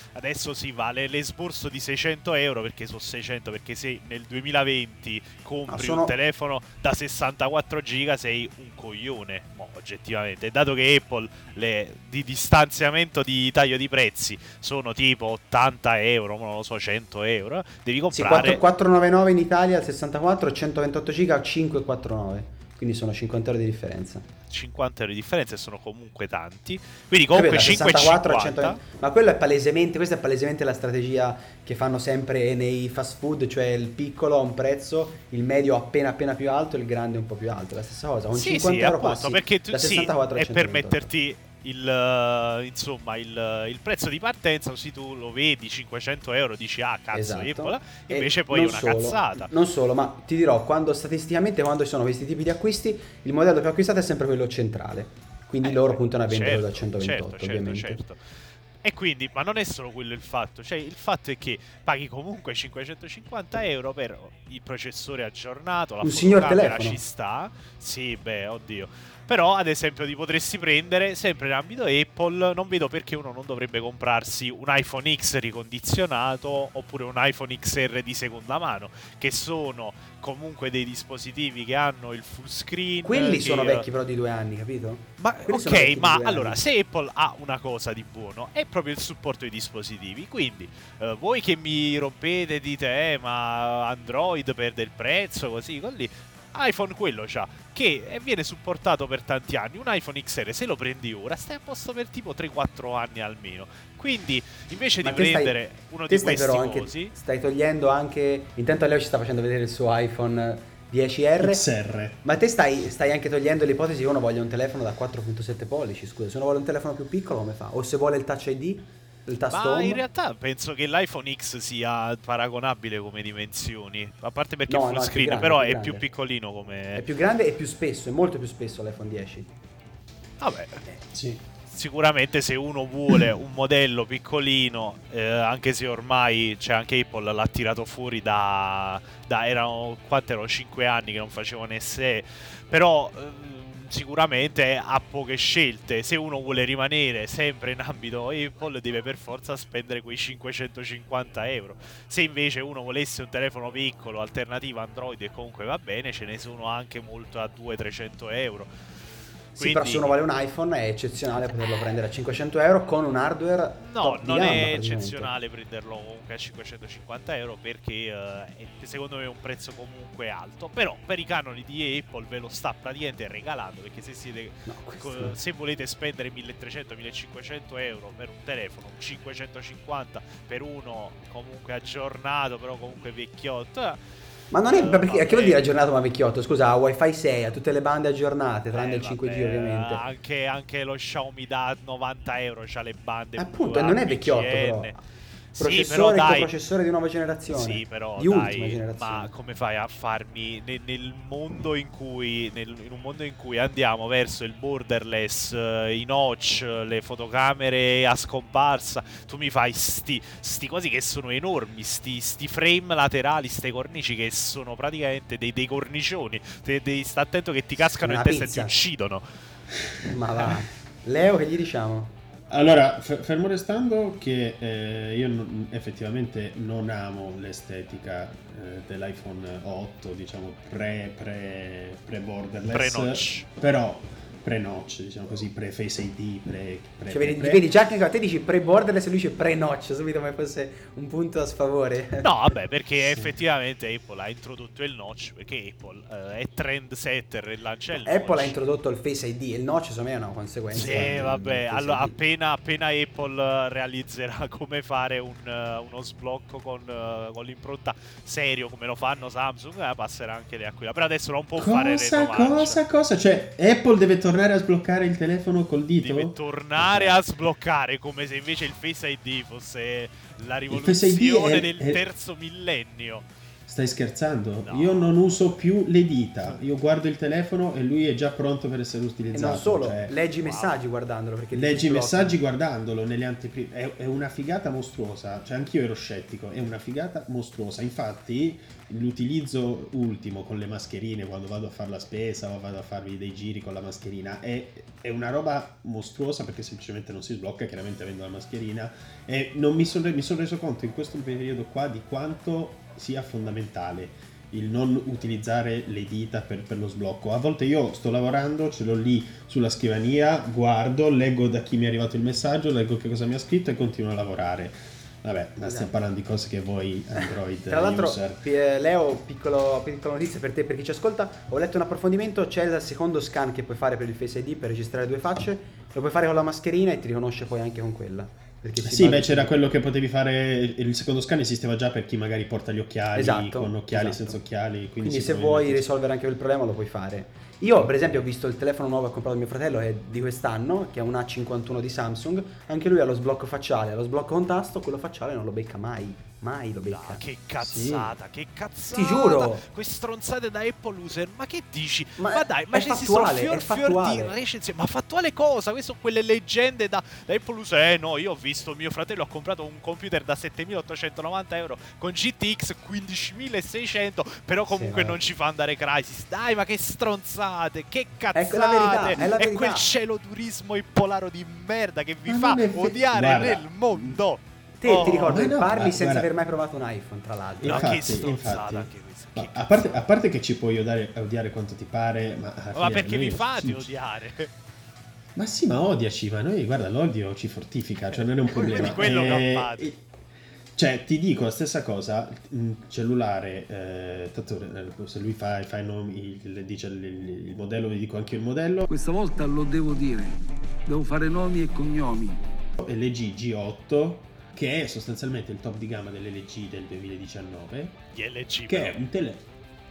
adesso sì, vale l'esborso di 600 euro, perché sono 600, perché se nel 2020 compri un telefono da 64 giga sei un coglione, oggettivamente. E dato che Apple di distanziamento di taglio di prezzi sono tipo 80 euro, non lo so, 100 euro, devi comprare... Sì, 499 in Italia, 64, 128 giga, 549. Quindi sono 50 euro di differenza. 50 euro di differenza, e sono comunque tanti. Quindi comunque 5,50. Ma quello è palesemente, questa è palesemente la strategia che fanno sempre nei fast food, cioè il piccolo ha un prezzo, il medio appena più alto e il grande un po' più alto. La stessa cosa, con 50 euro appunto, passi perché da 64 a 128. è per metterti il prezzo di partenza, così tu lo vedi 500 euro, dici cazzo, esatto. Invece poi è una cazzata. Non solo, ma ti dirò, statisticamente quando ci sono questi tipi di acquisti, il modello più acquistato è sempre quello centrale, quindi loro puntano a vendere quello da 128, ovviamente. Certo. E quindi, ma non è solo quello il fatto, cioè il fatto è che paghi comunque 550 euro per il processore aggiornato, la fotocamera ci sta, sì, beh, oddio. Però ad esempio ti potresti prendere, sempre in ambito Apple, non vedo perché uno non dovrebbe comprarsi un iPhone X ricondizionato oppure un iPhone XR di seconda mano, che sono comunque dei dispositivi che hanno il full screen. Quelli sono vecchi però di 2 anni, capito? Ma ok, ma allora, se Apple ha una cosa di buono è proprio il supporto ai dispositivi. Quindi voi che mi rompete e dite ma Android perde il prezzo, così, così, iPhone quello c'ha, che viene supportato per tanti anni. Un iPhone XR, se lo prendi ora, stai a posto per tipo 3-4 anni almeno. Quindi invece di prendere uno di questi cosi, stai togliendo anche, intanto Leo ci sta facendo vedere il suo iPhone 10R XR. Ma te stai anche togliendo l'ipotesi che uno voglia un telefono da 4.7 pollici. Scusa, se uno vuole un telefono più piccolo come fa? O se vuole il Touch ID, il tasto home? In realtà penso che l'iPhone X sia paragonabile come dimensioni, a parte perché è full screen, grande, però è più piccolino come... È più grande e più spesso, è molto più spesso l'iPhone 10. Vabbè, sì. Sicuramente se uno vuole un modello piccolino, anche se ormai anche Apple l'ha tirato fuori erano 5 anni che non faceva un SE, però sicuramente ha poche scelte. Se uno vuole rimanere sempre in ambito Apple deve per forza spendere quei 550 euro. Se invece uno volesse un telefono piccolo, alternativa Android, e comunque va bene, ce ne sono anche molto a 200-300 euro. Sì, però se uno vuole un iPhone è eccezionale poterlo prendere a 500 euro con un hardware top non di gamma, è eccezionale prenderlo comunque a 550 euro, perché secondo me è un prezzo comunque alto. Però per i canoni di Apple ve lo sta praticamente regalando, perché se siete se volete spendere 1300-1500 euro per un telefono, 550 per uno comunque aggiornato però comunque vecchiotto. Ma non è perché che vuol dire aggiornato ma vecchiotto? Scusa, ha Wi-Fi 6, ha tutte le bande aggiornate, tranne il 5G ovviamente. Anche lo Xiaomi da 90 euro c'ha le bande. Appunto, e non è vecchiotto però. Processore, processore di nuova generazione. Sì, però di ultima generazione. Ma come fai a farmi in un mondo in cui andiamo verso il borderless, i notch, le fotocamere a scomparsa, tu mi fai sti cosi che sono enormi, sti frame laterali, ste cornici che sono praticamente dei cornicioni. Devi stare attento che ti cascano in testa e ti uccidono. Ma va. Leo, che gli diciamo? Allora, fermo restando che io effettivamente non amo l'estetica dell'iPhone 8, diciamo pre-borderless, pre-notch. Però pre-notch, diciamo così, pre-Face ID, vedi già che a te dici pre-borderless e lui dice pre-notch, subito come fosse un punto a sfavore. No, vabbè, perché effettivamente Apple ha introdotto il notch, perché Apple è trendsetter e lancia il notch. Apple ha introdotto il Face ID e il notch secondo me è una conseguenza. Sì, vabbè, allora appena Apple realizzerà come fare uno sblocco con l'impronta serio, come lo fanno Samsung, passerà anche da qui. Però adesso non può fare cosa? Cioè Apple deve tornare a sbloccare il telefono col dito? Deve tornare a sbloccare, come se invece il Face ID fosse la rivoluzione del terzo millennio. Stai scherzando? No. Io non uso più le dita. Io guardo il telefono e lui è già pronto per essere utilizzato. E non solo, leggi i messaggi guardandolo. Perché leggi i messaggi guardandolo nelle anteprime. È una figata mostruosa. Cioè, anch'io ero scettico. È una figata mostruosa. Infatti, l'utilizzo ultimo con le mascherine quando vado a fare la spesa o vado a farvi dei giri con la mascherina è una roba mostruosa, perché semplicemente non si sblocca, chiaramente avendo la mascherina, e non mi sono reso conto in questo periodo qua di quanto sia fondamentale il non utilizzare le dita per lo sblocco. A volte io sto lavorando, ce l'ho lì sulla scrivania, guardo, leggo da chi mi è arrivato il messaggio, leggo che cosa mi ha scritto e continuo a lavorare. Vabbè, ma stiamo parlando di cose che voi Android Tra l'altro, user. Leo, piccola notizia per te, per chi ci ascolta, ho letto un approfondimento, c'è il secondo scan che puoi fare per il Face ID per registrare 2 facce, lo puoi fare con la mascherina e ti riconosce poi anche con quella. Sì, beh, c'era quello che potevi fare, il secondo scan esisteva già per chi magari porta gli occhiali, con occhiali, senza occhiali. Quindi se vuoi risolvere anche quel problema lo puoi fare. Io per esempio ho visto il telefono nuovo che ha comprato mio fratello, è di quest'anno, che è un A51 di Samsung, anche lui ha lo sblocco facciale, ha lo sblocco con tasto, quello facciale non lo becca mai lo becca. No, che cazzata, sì. che cazzata. Ti giuro. Queste stronzate da Apple user, ma che dici? Ma dai, ma ci sono fior di recensioni. Ma fattuale cosa? Queste sono quelle leggende da Apple user. No, io ho visto mio fratello ha comprato un computer da 7.890 euro con GTX 15.600, però comunque non ci fa andare Crysis. Dai, ma che stronzate, che cazzate. È la verità. È quel celodurismo impolaro di merda che vi fa odiare nel mondo. Te ti ricordo che parli senza aver mai provato un iPhone, tra l'altro. Infatti, che stronzata anche questa. A parte che ci puoi odiare quanto ti pare, ma perché vi fate odiare? Ma sì, ma odiaci, ma noi, guarda, l'odio ci fortifica, cioè non è un problema. Di quello campate. Cioè, ti dico la stessa cosa, cellulare, tanto se lui fa i nomi, dice il modello, vi dico anche il modello. Questa volta lo devo dire, devo fare nomi e cognomi. LG G8, che è sostanzialmente il top di gamma dell'LG del 2019. Gli LG che è un telefono.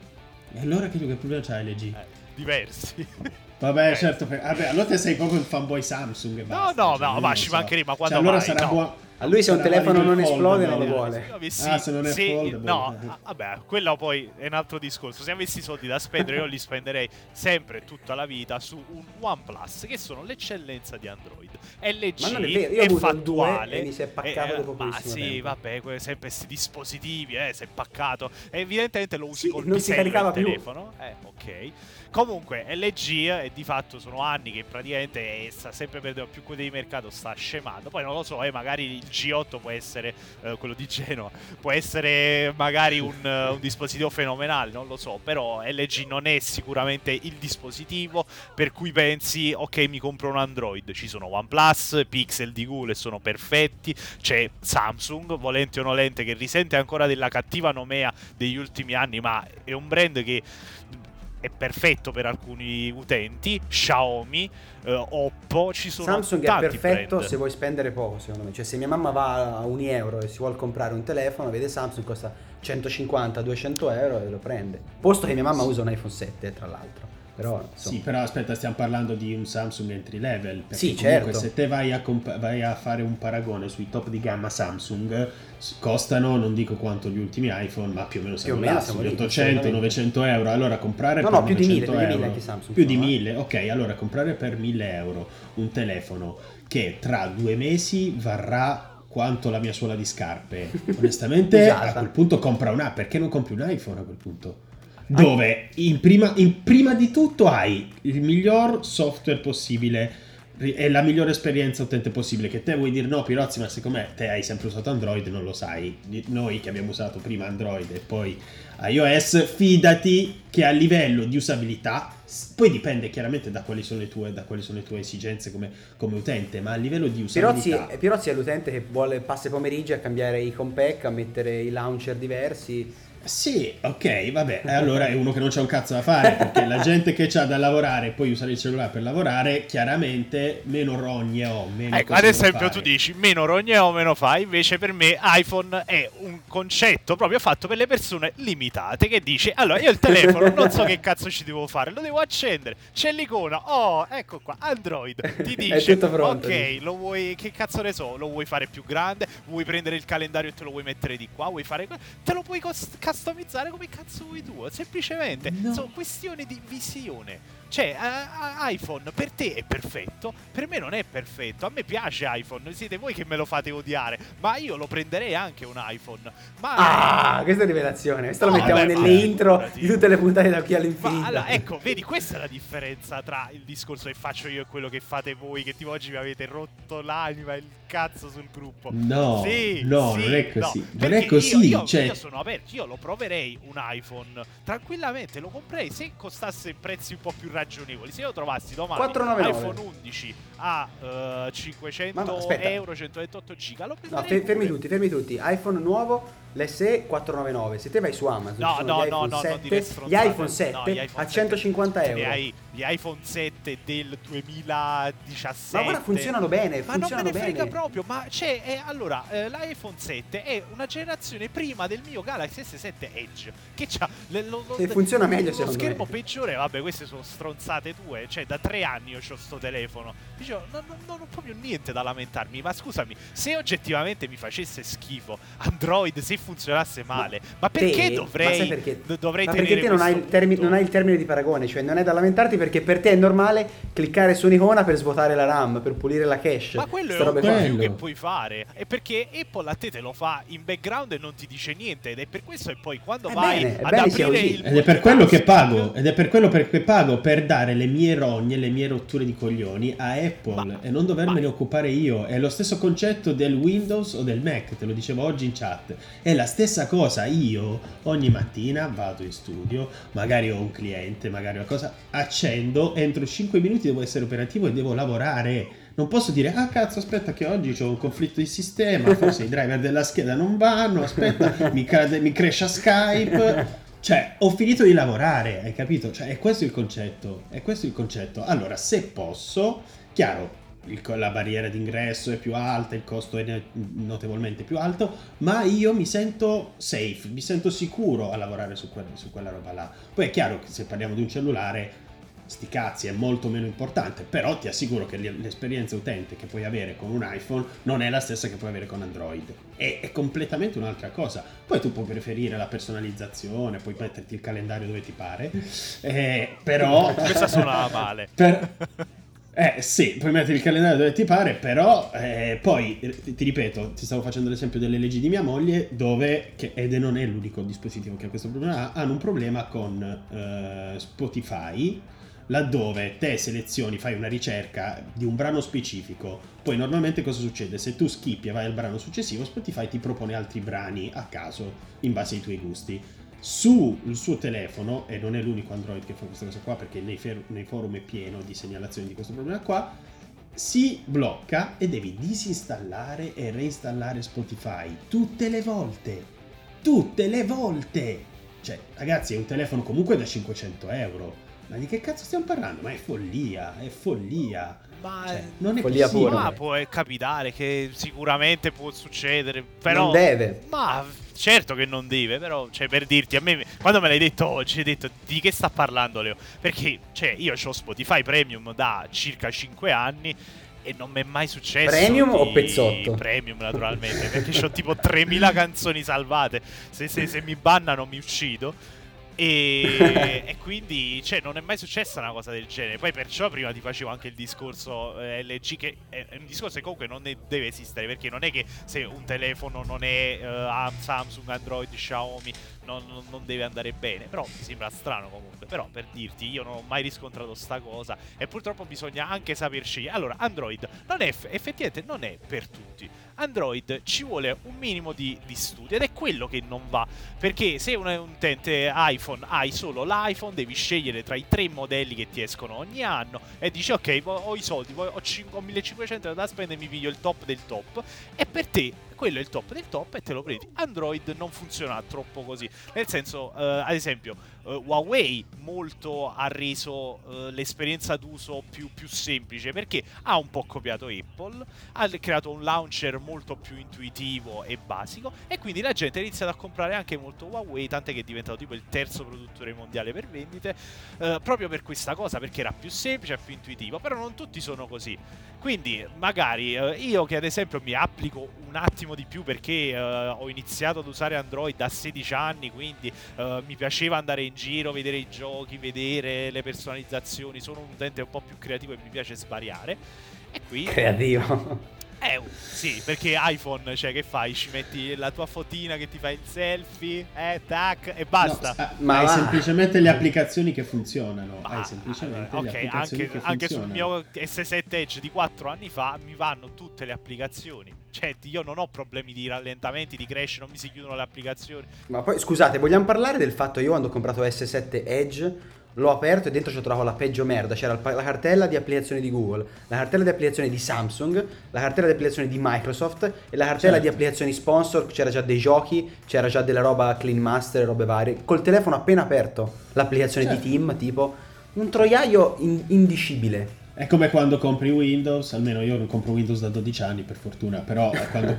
E allora che problema c'ha LG? Diversi. Vabbè, certo, allora te sei proprio un fanboy Samsung. No, ma ci mancherebbe, ma quando allora mai? Sarà buono. A lui se un telefono non esplode non lo vuole. Se non è foldable. No, vabbè, quello poi è un altro discorso. Se avessi soldi da spendere io li spenderei sempre tutta la vita su un OnePlus, che sono l'eccellenza di Android. LG ma non è vero, io ho avuto fattuale, 2 e mi si è paccato dopo pochissimo tempo. Sì, vabbè, sempre questi dispositivi, si è paccato. E evidentemente lo usi col non si caricava il telefono. Ok. Comunque LG di fatto sono anni che praticamente sta sempre perdendo più quota di mercato, sta scemando. Poi non lo so, magari il G8 può essere quello di Genova, può essere magari un dispositivo fenomenale, non lo so, però LG non è sicuramente il dispositivo per cui pensi ok, mi compro un Android. Ci sono OnePlus, Pixel di Google, sono perfetti, c'è Samsung, volente o nolente, che risente ancora della cattiva nomea degli ultimi anni, ma è un brand che è perfetto per alcuni utenti. Xiaomi, Oppo, ci sono Samsung tanti è perfetto brand. Se vuoi spendere poco, secondo me. Cioè, se mia mamma va a €1 e si vuole comprare un telefono, vede Samsung, costa 150-200 euro e lo prende. Posto che mia mamma usa un iPhone 7, tra l'altro. Però, sì, però aspetta, stiamo parlando di un Samsung entry level. Sì, comunque, certo. Se te vai a fare un paragone sui top di gamma Samsung, costano, non dico quanto gli ultimi iPhone, ma più o meno siamo là, sugli 800-900 euro. Allora comprare per più di 1000 euro, anche Samsung. più di 1000, ok, allora comprare per 1000 euro un telefono che tra 2 mesi varrà quanto la mia suola di scarpe, onestamente a quel punto compra un'app. Perché non compri un iPhone a quel punto? Dove in prima di tutto hai il miglior software possibile e la migliore esperienza utente possibile. Che te vuoi dire no Pirozzi, ma siccome te hai sempre usato Android non lo sai. Noi che abbiamo usato prima Android e poi iOS, fidati che a livello di usabilità, poi dipende chiaramente da quali sono le tue esigenze come utente, ma a livello di usabilità Pirozzi è l'utente che passa i pomeriggi a cambiare i compact, a mettere i launcher diversi. Sì, ok, vabbè, allora è uno che non c'ha un cazzo da fare, perché la gente che c'ha da lavorare e poi usare il cellulare per lavorare, chiaramente meno rogne ho, meno ecco, ad esempio tu dici meno rogne ho, meno fai. Invece per me iPhone è un concetto proprio fatto per le persone limitate, che dice allora io il telefono non so che cazzo ci devo fare, lo devo accendere, c'è l'icona, ecco qua, Android ti dice è tutto pronto, ok, lo vuoi, che cazzo ne so, lo vuoi fare più grande, vuoi prendere il calendario e te lo vuoi mettere di qua, vuoi fare te lo puoi customizzare come cazzo vuoi tu, semplicemente sono questioni di visione. Cioè, iPhone per te è perfetto, per me non è perfetto. A me piace iPhone, siete voi che me lo fate odiare, ma io lo prenderei anche un iPhone. Ma questa è rivelazione. Questa lo mettiamo nelle intro di tutte le puntate da qui all'infinito. Allora, ecco, vedi, questa è la differenza tra il discorso che faccio io e quello che fate voi, che tipo oggi mi avete rotto l'anima e il cazzo sul gruppo. Non è così. Non è così. Io cioè... sono aperto, io lo proverei un iPhone tranquillamente, lo comprerei se costasse prezzi un po' più ragionevoli. Se io trovassi domani 499. iPhone 11 a 500 euro, 128 giga, lo prenderei. No, fermi tutti. iPhone nuovo, l'SE 499. Se te vai su Amazon, no, gli iPhone 7 a 150 euro. Gli iPhone 7 del 2017. Ma guarda, funzionano bene. Ma non me ne frega proprio. Ma allora, l'iPhone 7 è una generazione prima del mio Galaxy S7 Edge, che c'ha funziona meglio secondo me. Lo schermo peggiore. Vabbè, queste sono stronzate tue. Cioè, da 3 anni io c'ho sto telefono. Dicevo, non ho proprio niente da lamentarmi. Ma scusami, se oggettivamente mi facesse schifo Android, se funzionasse male, ma perché dovrei Ma tenere perché te non hai il termine di paragone, cioè non è da lamentarti, perché per te è normale cliccare su un'icona per svuotare la RAM, per pulire la cache. Ma quello è un più che puoi fare. È perché Apple a te lo fa in background e non ti dice niente, ed è per questo che poi quando vai ad aprire il ed è per quello che pago, per dare le mie rogne, le mie rotture di coglioni a Apple e non dovermene occupare io. È lo stesso concetto del Windows o del Mac, te lo dicevo oggi in chat. È la stessa cosa. Io ogni mattina vado in studio, magari ho un cliente, magari una cosa, accendo, entro 5 minuti devo essere operativo e devo lavorare. Non posso dire, cazzo, aspetta che oggi c'ho un conflitto di sistema, forse i driver della scheda non vanno, aspetta, mi crasha Skype. Cioè, ho finito di lavorare, hai capito? Cioè, è questo il concetto. Allora, se posso, chiaro, la barriera d'ingresso è più alta, il costo è notevolmente più alto, ma io mi sento safe, mi sento sicuro a lavorare su quella roba là. Poi è chiaro che se parliamo di un cellulare, sti cazzi, è molto meno importante, però ti assicuro che l'esperienza utente che puoi avere con un iPhone non è la stessa che puoi avere con Android, è completamente un'altra cosa. Poi tu puoi preferire la personalizzazione, puoi metterti il calendario dove ti pare, però questa suonava male. Sì, puoi mettere il calendario dove ti pare, però poi ti ripeto, ti stavo facendo l'esempio delle leggi di mia moglie, ed non è l'unico dispositivo che ha questo problema, hanno un problema con Spotify, laddove te selezioni, fai una ricerca di un brano specifico, poi normalmente cosa succede? Se tu skippi e vai al brano successivo, Spotify ti propone altri brani a caso in base ai tuoi gusti. Sul suo telefono, e non è l'unico Android che fa questa cosa qua, perché nei forum è pieno di segnalazioni di questo problema qua, si blocca e devi disinstallare e reinstallare Spotify tutte le volte. Cioè, ragazzi, è un telefono comunque da 500 euro. Ma di che cazzo stiamo parlando? Ma è follia. Ma non è follia possibile. Ma può capitare, che sicuramente può succedere, però non deve. Ma certo che non deve, però, cioè, per dirti, a me quando me l'hai detto oggi, hai detto di che sta parlando Leo? Perché, cioè, io ho Spotify Premium da circa 5 anni e non mi è mai successo. Premium o pezzotto? Premium, naturalmente, perché ho tipo 3000 canzoni salvate. Se mi bannano mi uccido. E quindi, cioè, non è mai successa una cosa del genere. Poi perciò prima ti facevo anche il discorso LG, che è un discorso che comunque non deve esistere, perché non è che se un telefono non è Samsung, Android, Xiaomi non deve andare bene. Però mi sembra strano comunque. Però per dirti, io non ho mai riscontrato sta cosa e purtroppo bisogna anche saper scegliere. Allora, Android non è effettivamente non è per tutti. Android ci vuole un minimo di studio, ed è quello che non va, perché se un utente iPhone hai solo l'iPhone, devi scegliere tra i 3 modelli che ti escono ogni anno e dici ok, ho i soldi, ho 1500 da spendere, mi piglio il top del top, e per te quello è il top del top e te lo prendi. Android non funziona troppo così, nel senso, ad esempio, Huawei molto ha reso l'esperienza d'uso più semplice, perché ha un po' copiato Apple, ha creato un launcher molto più intuitivo e basico, e quindi la gente ha iniziato a comprare anche molto Huawei, tant'è che è diventato tipo il terzo produttore mondiale per vendite, proprio per questa cosa, perché era più semplice e più intuitivo. Però non tutti sono così, quindi magari io, che ad esempio mi applico un attimo di più perché ho iniziato ad usare Android da 16 anni, quindi mi piaceva andare in giro, vedere i giochi, vedere le personalizzazioni, sono un utente un po' più creativo e mi piace svariare, e qui Creativo. sì, perché iPhone, cioè, che fai? Ci metti la tua fotina che ti fa il selfie, tac, e basta. No, Ma hai va. semplicemente le applicazioni che funzionano. Hai semplicemente ok, le applicazioni anche che sul funzionano. mio S7 Edge di 4 anni fa mi vanno tutte le applicazioni. Cioè, io non ho problemi di rallentamenti, di crash, non mi si chiudono le applicazioni. Ma poi scusate, vogliamo parlare del fatto, io quando ho comprato S7 Edge l'ho aperto e dentro ci trovato la peggio merda. C'era la cartella di applicazioni di Google, la cartella di applicazioni di Samsung, la cartella di applicazioni di Microsoft e la cartella di applicazioni sponsor. C'era già dei giochi, c'era già della roba Clean Master e robe varie. Col telefono appena aperto l'applicazione di Team, tipo un troiaio indicibile. È come quando compri Windows, almeno io non compro Windows da 12 anni per fortuna, però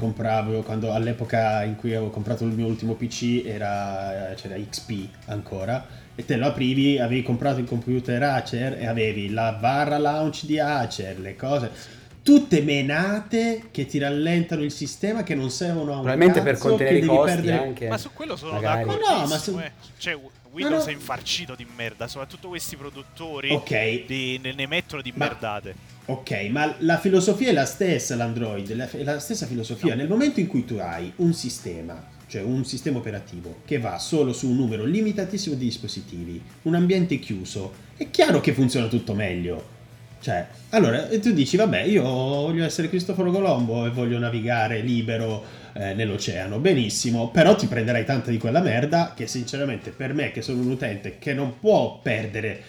quando all'epoca in cui avevo comprato il mio ultimo PC c'era XP ancora, e te lo aprivi, avevi comprato il computer Acer e avevi la barra launch di Acer, le cose tutte menate che ti rallentano il sistema, che non servono a un Probabilmente cazzo, per contenere che i devi costi perdere... anche. Ma su quello sono magari. d'accordissimo. No, ma su- Cioè, Windows no. è infarcito di merda, soprattutto questi produttori Ok. ne mettono di Ma- merdate. Ok, ma la filosofia è la stessa, l'Android, è la stessa filosofia. Nel momento in cui tu hai un sistema, cioè un sistema operativo che va solo su un numero limitatissimo di dispositivi, un ambiente chiuso, è chiaro che funziona tutto meglio. Cioè, allora tu dici, vabbè, io voglio essere Cristoforo Colombo e voglio navigare libero nell'oceano, benissimo, però ti prenderai tanta di quella merda che sinceramente per me, che sono un utente che non può perdere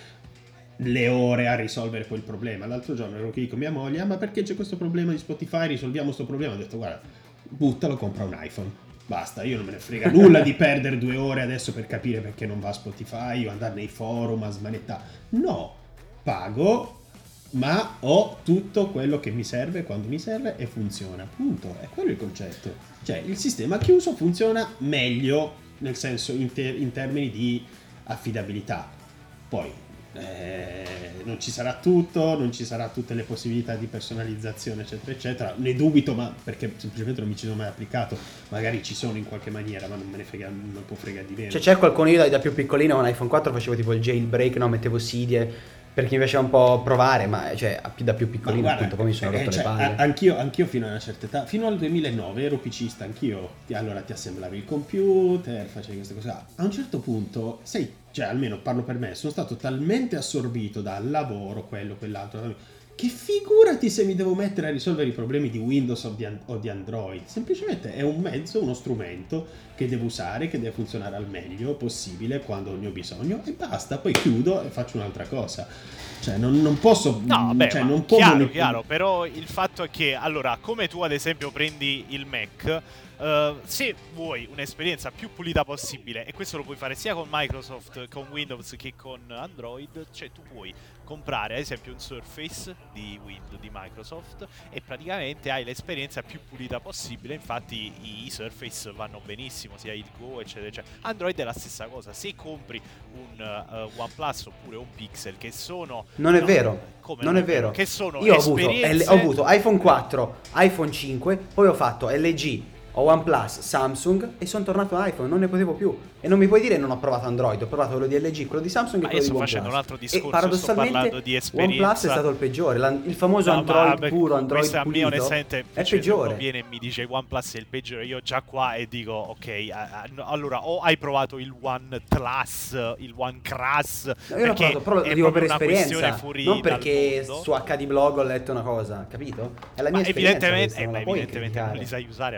le ore a risolvere quel problema. L'altro giorno ero qui con mia moglie, ma perché c'è questo problema di Spotify, risolviamo questo problema. Ho detto, guarda, buttalo, compra un iPhone, basta, io non me ne frega nulla di perdere 2 ore adesso per capire perché non va Spotify o andare nei forum a smanettare. No, pago, ma ho tutto quello che mi serve quando mi serve e funziona, punto. È quello il concetto. Cioè, il sistema chiuso funziona meglio, nel senso in termini di affidabilità. Poi non ci sarà tutto, non ci sarà tutte le possibilità di personalizzazione, eccetera eccetera. Ne dubito, ma perché semplicemente non mi ci sono mai applicato. Magari ci sono in qualche maniera, ma non me ne frega, non può fregare di meno. Cioè c'è qualcuno, io da più piccolino con iPhone 4 facevo tipo il jailbreak, no? Mettevo sidie perché mi piaceva un po' provare, ma cioè da più piccolino, guarda, appunto, poi mi sono rotto le cioè, palle. Anch'io fino a una certa età, fino al 2009 ero PCista anch'io. Allora ti assemblavi il computer, facevi queste cose. A un certo punto cioè almeno parlo per me, sono stato talmente assorbito dal lavoro, quello, quell'altro, che figurati se mi devo mettere a risolvere i problemi di Windows o di Android. Semplicemente è un mezzo, uno strumento che devo usare, che deve funzionare al meglio possibile quando ne ho bisogno, e basta, poi chiudo e faccio un'altra cosa. Cioè non posso... No, beh, cioè, ma non può chiaro, però il fatto è che, allora, come tu ad esempio prendi il Mac, se vuoi un'esperienza più pulita possibile, e questo lo puoi fare sia con Microsoft, con Windows che con Android, cioè tu puoi comprare ad esempio un Surface di Windows, di Microsoft, e praticamente hai l'esperienza più pulita possibile. Infatti i Surface vanno benissimo, sia il Go eccetera eccetera. Android è la stessa cosa, se compri un OnePlus oppure un Pixel, che sono... Non è vero. Come non è vero. Che sono io esperienze... ho avuto iPhone 4, iPhone 5, poi ho fatto LG, ho OnePlus, Samsung e sono tornato a iPhone, non ne potevo più. E non mi puoi dire non ho provato Android, ho provato quello di LG, quello di Samsung e quello di io sto OnePlus. facendo un altro discorso, e paradossalmente sto parlando di esperienza. OnePlus è stato il peggiore, il famoso Android puro, Android a pulito, me onestamente, è cioè, peggiore. se uno viene e mi dice OnePlus è il peggiore, io già qua e dico ok, allora o hai provato il OnePlus, il OneCrass, No, io l'ho provato, però lo dico per esperienza, fuori non perché dal mondo. su HD Blog ho letto una cosa, capito? È la mia Ma esperienza evidentemente, questa, non la puoi evidentemente non criticare. li sai usare allora i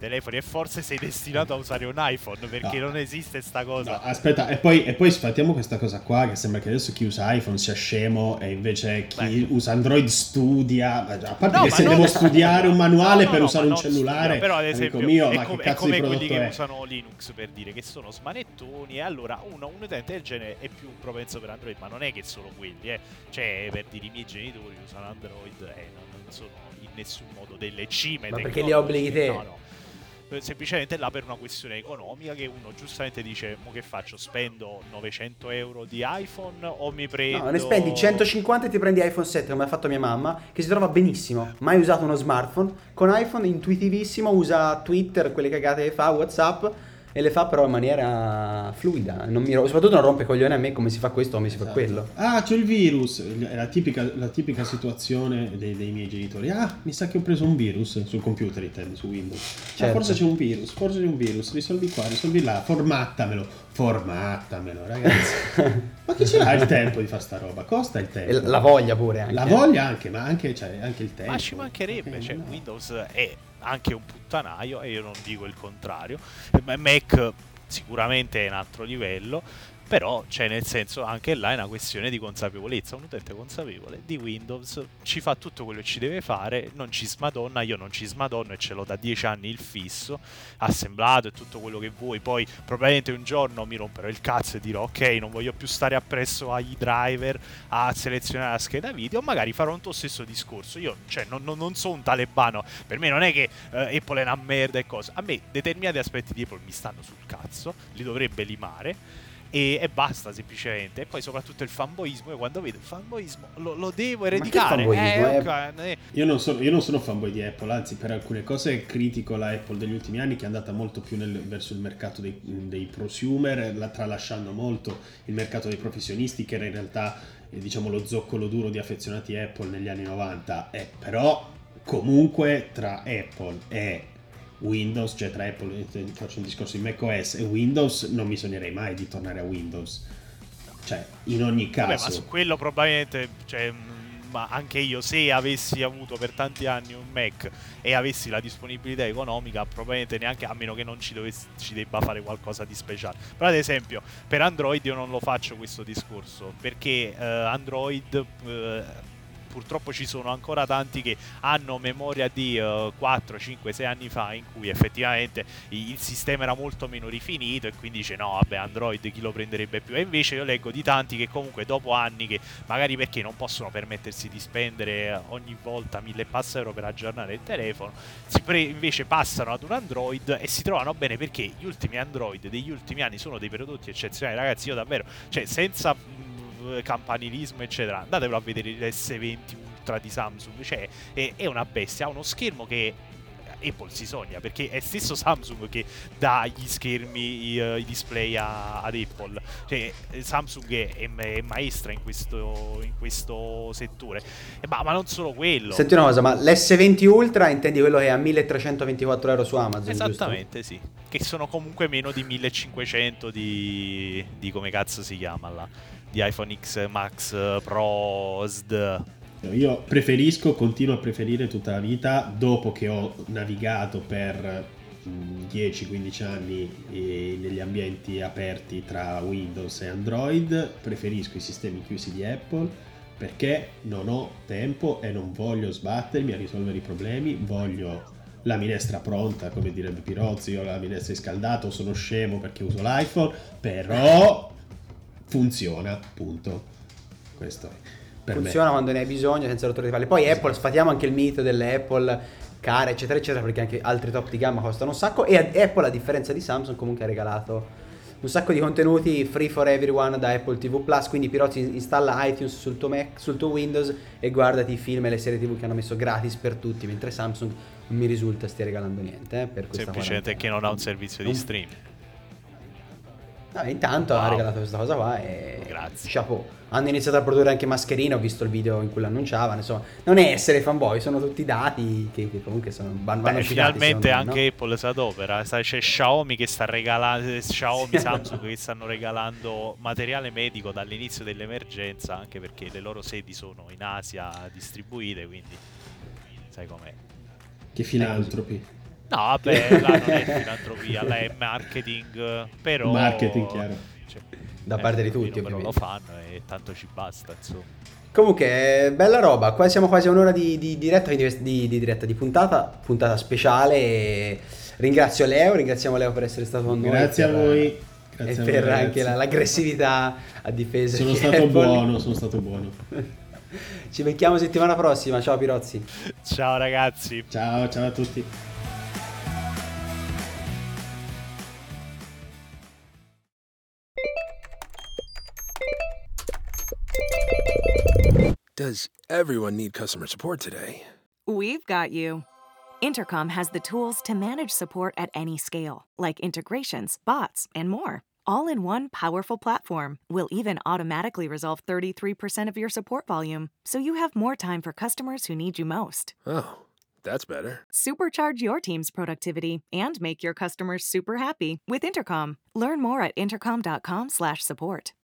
telefoni e forse sei destinato a usare un iPhone, perché non esiste sta cosa. No, aspetta, e poi sfattiamo questa cosa qua, che sembra che adesso chi usa iPhone sia scemo e invece chi usa Android studia. A parte che se devo studiare un manuale per usare un cellulare, studia, però ad esempio mio, è come quelli che usano Linux, per dire, che sono smanettoni, e allora un utente del genere è più propenso per Android, ma non è che solo quelli, cioè, per dire, i miei genitori usano Android e non sono in nessun modo delle cime. Ma perché li obblighi te? No. Semplicemente là per una questione economica, che uno giustamente dice: mo che faccio, spendo 900 euro di iPhone o mi prendo... No, ne spendi 150 e ti prendi iPhone 7, come ha fatto mia mamma, che si trova benissimo, mai usato uno smartphone, con iPhone intuitivissimo, usa Twitter, quelle cagate che fa, WhatsApp, e le fa però in maniera fluida, soprattutto non rompe coglione a me come si fa questo o come si fa quello. Ah, c'è il virus, è la tipica situazione dei miei genitori. Ah, mi sa che ho preso un virus sul computer, intendo, su Windows. Certo. Forse c'è un virus, risolvi qua, risolvi là, formattamelo, ragazzi. Ma chi ce l'ha il tempo di fare sta roba? Costa il tempo. E la voglia pure anche. La voglia anche, ma anche il tempo. Ma ci mancherebbe, cioè Windows è anche un puttanaio, e io non dico il contrario. Mac sicuramente è un altro livello, però, cioè, nel senso, anche là è una questione di consapevolezza. Un utente consapevole di Windows ci fa tutto quello che ci deve fare, non ci smadonna. Io non ci smadonno e ce l'ho da 10 anni il fisso, assemblato e tutto quello che vuoi. Poi probabilmente un giorno mi romperò il cazzo e dirò: ok, non voglio più stare appresso agli driver a selezionare la scheda video. Magari farò un tuo stesso discorso. Io, cioè, non sono un talebano. Per me non è che Apple è una merda e cose. A me determinati aspetti di Apple mi stanno sul cazzo, li dovrebbe limare. E basta, semplicemente. E poi soprattutto il fanboismo. Io quando vedo il fanboismo lo devo eredicare. Io non sono fanboy di Apple, anzi, per alcune cose critico la Apple degli ultimi anni, che è andata molto più verso il mercato dei prosumer, tralasciando molto il mercato dei professionisti, che era in realtà diciamo lo zoccolo duro di affezionati Apple negli anni 90. Però comunque tra Apple e Windows, cioè tra Apple, faccio un discorso di macOS e Windows, non mi sognerei mai di tornare a Windows, cioè in ogni caso. Vabbè, ma su quello probabilmente, cioè, ma anche io, se avessi avuto per tanti anni un Mac e avessi la disponibilità economica, probabilmente neanche, a meno che non ci debba fare qualcosa di speciale. Però ad esempio per Android io non lo faccio questo discorso, perché Android purtroppo ci sono ancora tanti che hanno memoria di 4, 5, 6 anni fa, in cui effettivamente il sistema era molto meno rifinito, e quindi dice: no, vabbè, Android chi lo prenderebbe più? E invece io leggo di tanti che comunque dopo anni, che magari perché non possono permettersi di spendere ogni volta 1000 passa euro per aggiornare il telefono, invece passano ad un Android e si trovano bene, perché gli ultimi Android degli ultimi anni sono dei prodotti eccezionali, ragazzi. Io davvero, cioè, senza campanilismo eccetera, andatevelo a vedere il S20 Ultra di Samsung, cioè è una bestia, ha uno schermo che Apple si sogna, perché è stesso Samsung che dà gli schermi, i display ad Apple. Cioè Samsung è maestra in questo settore, ma non solo quello. Senti una cosa, ma l'S20 Ultra intendi quello che è a 1324 euro su Amazon? Esattamente, giusto? sì, che sono comunque meno di 1500 di come cazzo si chiama là, di iPhone X Max Pro SD. Io continuo a preferire tutta la vita, dopo che ho navigato per 10-15 anni negli ambienti aperti tra Windows e Android, preferisco i sistemi chiusi di Apple, perché non ho tempo e non voglio sbattermi a risolvere i problemi. Voglio la minestra pronta, come direbbe Pirozzi, io la minestra riscaldata, sono scemo perché uso l'iPhone, però funziona, punto. Questo è. Funziona quando ne hai bisogno, senza rotture di palle. Poi Apple, sfatiamo anche il mito delle Apple care eccetera eccetera, perché anche altri top di gamma costano un sacco, e Apple, a differenza di Samsung, comunque ha regalato un sacco di contenuti free for everyone da Apple TV Plus. Quindi Pirozzi, installa iTunes sul tuo Mac, sul tuo Windows, e guardati i film e le serie TV che hanno messo gratis per tutti, mentre Samsung non mi risulta stia regalando niente per questa semplicemente che non ha un servizio di streaming. Intanto ha regalato questa cosa qua e grazie, chapeau. Hanno iniziato a produrre anche mascherine, ho visto il video in cui l'annunciavano. Insomma, non è essere fanboy, sono tutti dati che comunque vanno finalmente citati, anche Apple si adopera. C'è Xiaomi che sta regalando, Samsung che stanno regalando materiale medico dall'inizio dell'emergenza, anche perché le loro sedi sono in Asia distribuite, quindi sai com'è. Che filantropi. No, vabbè, là non è filantropia, là è marketing, però... Marketing, chiaro. Cioè, Da parte di tutti, però lo ovviamente. fanno e tanto ci basta, insomma. Comunque, bella roba. Qua siamo quasi a un'ora di diretta, quindi di diretta, di puntata speciale. E ringrazio Leo, ringraziamo Leo per essere stato con noi. Grazie a voi. E Grazie a per voi, anche ragazzi. l'aggressività a difesa Sono di stato Apple. buono, sono stato buono. Ci becchiamo settimana prossima. Ciao Pirozzi. Ciao ragazzi. Ciao a tutti. Does everyone need customer support today? We've got you. Intercom has the tools to manage support at any scale, like integrations, bots, and more. All in one powerful platform. We'll even automatically resolve 33% of your support volume, so you have more time for customers who need you most. Oh, that's better. Supercharge your team's productivity and make your customers super happy with Intercom. Learn more at intercom.com/support.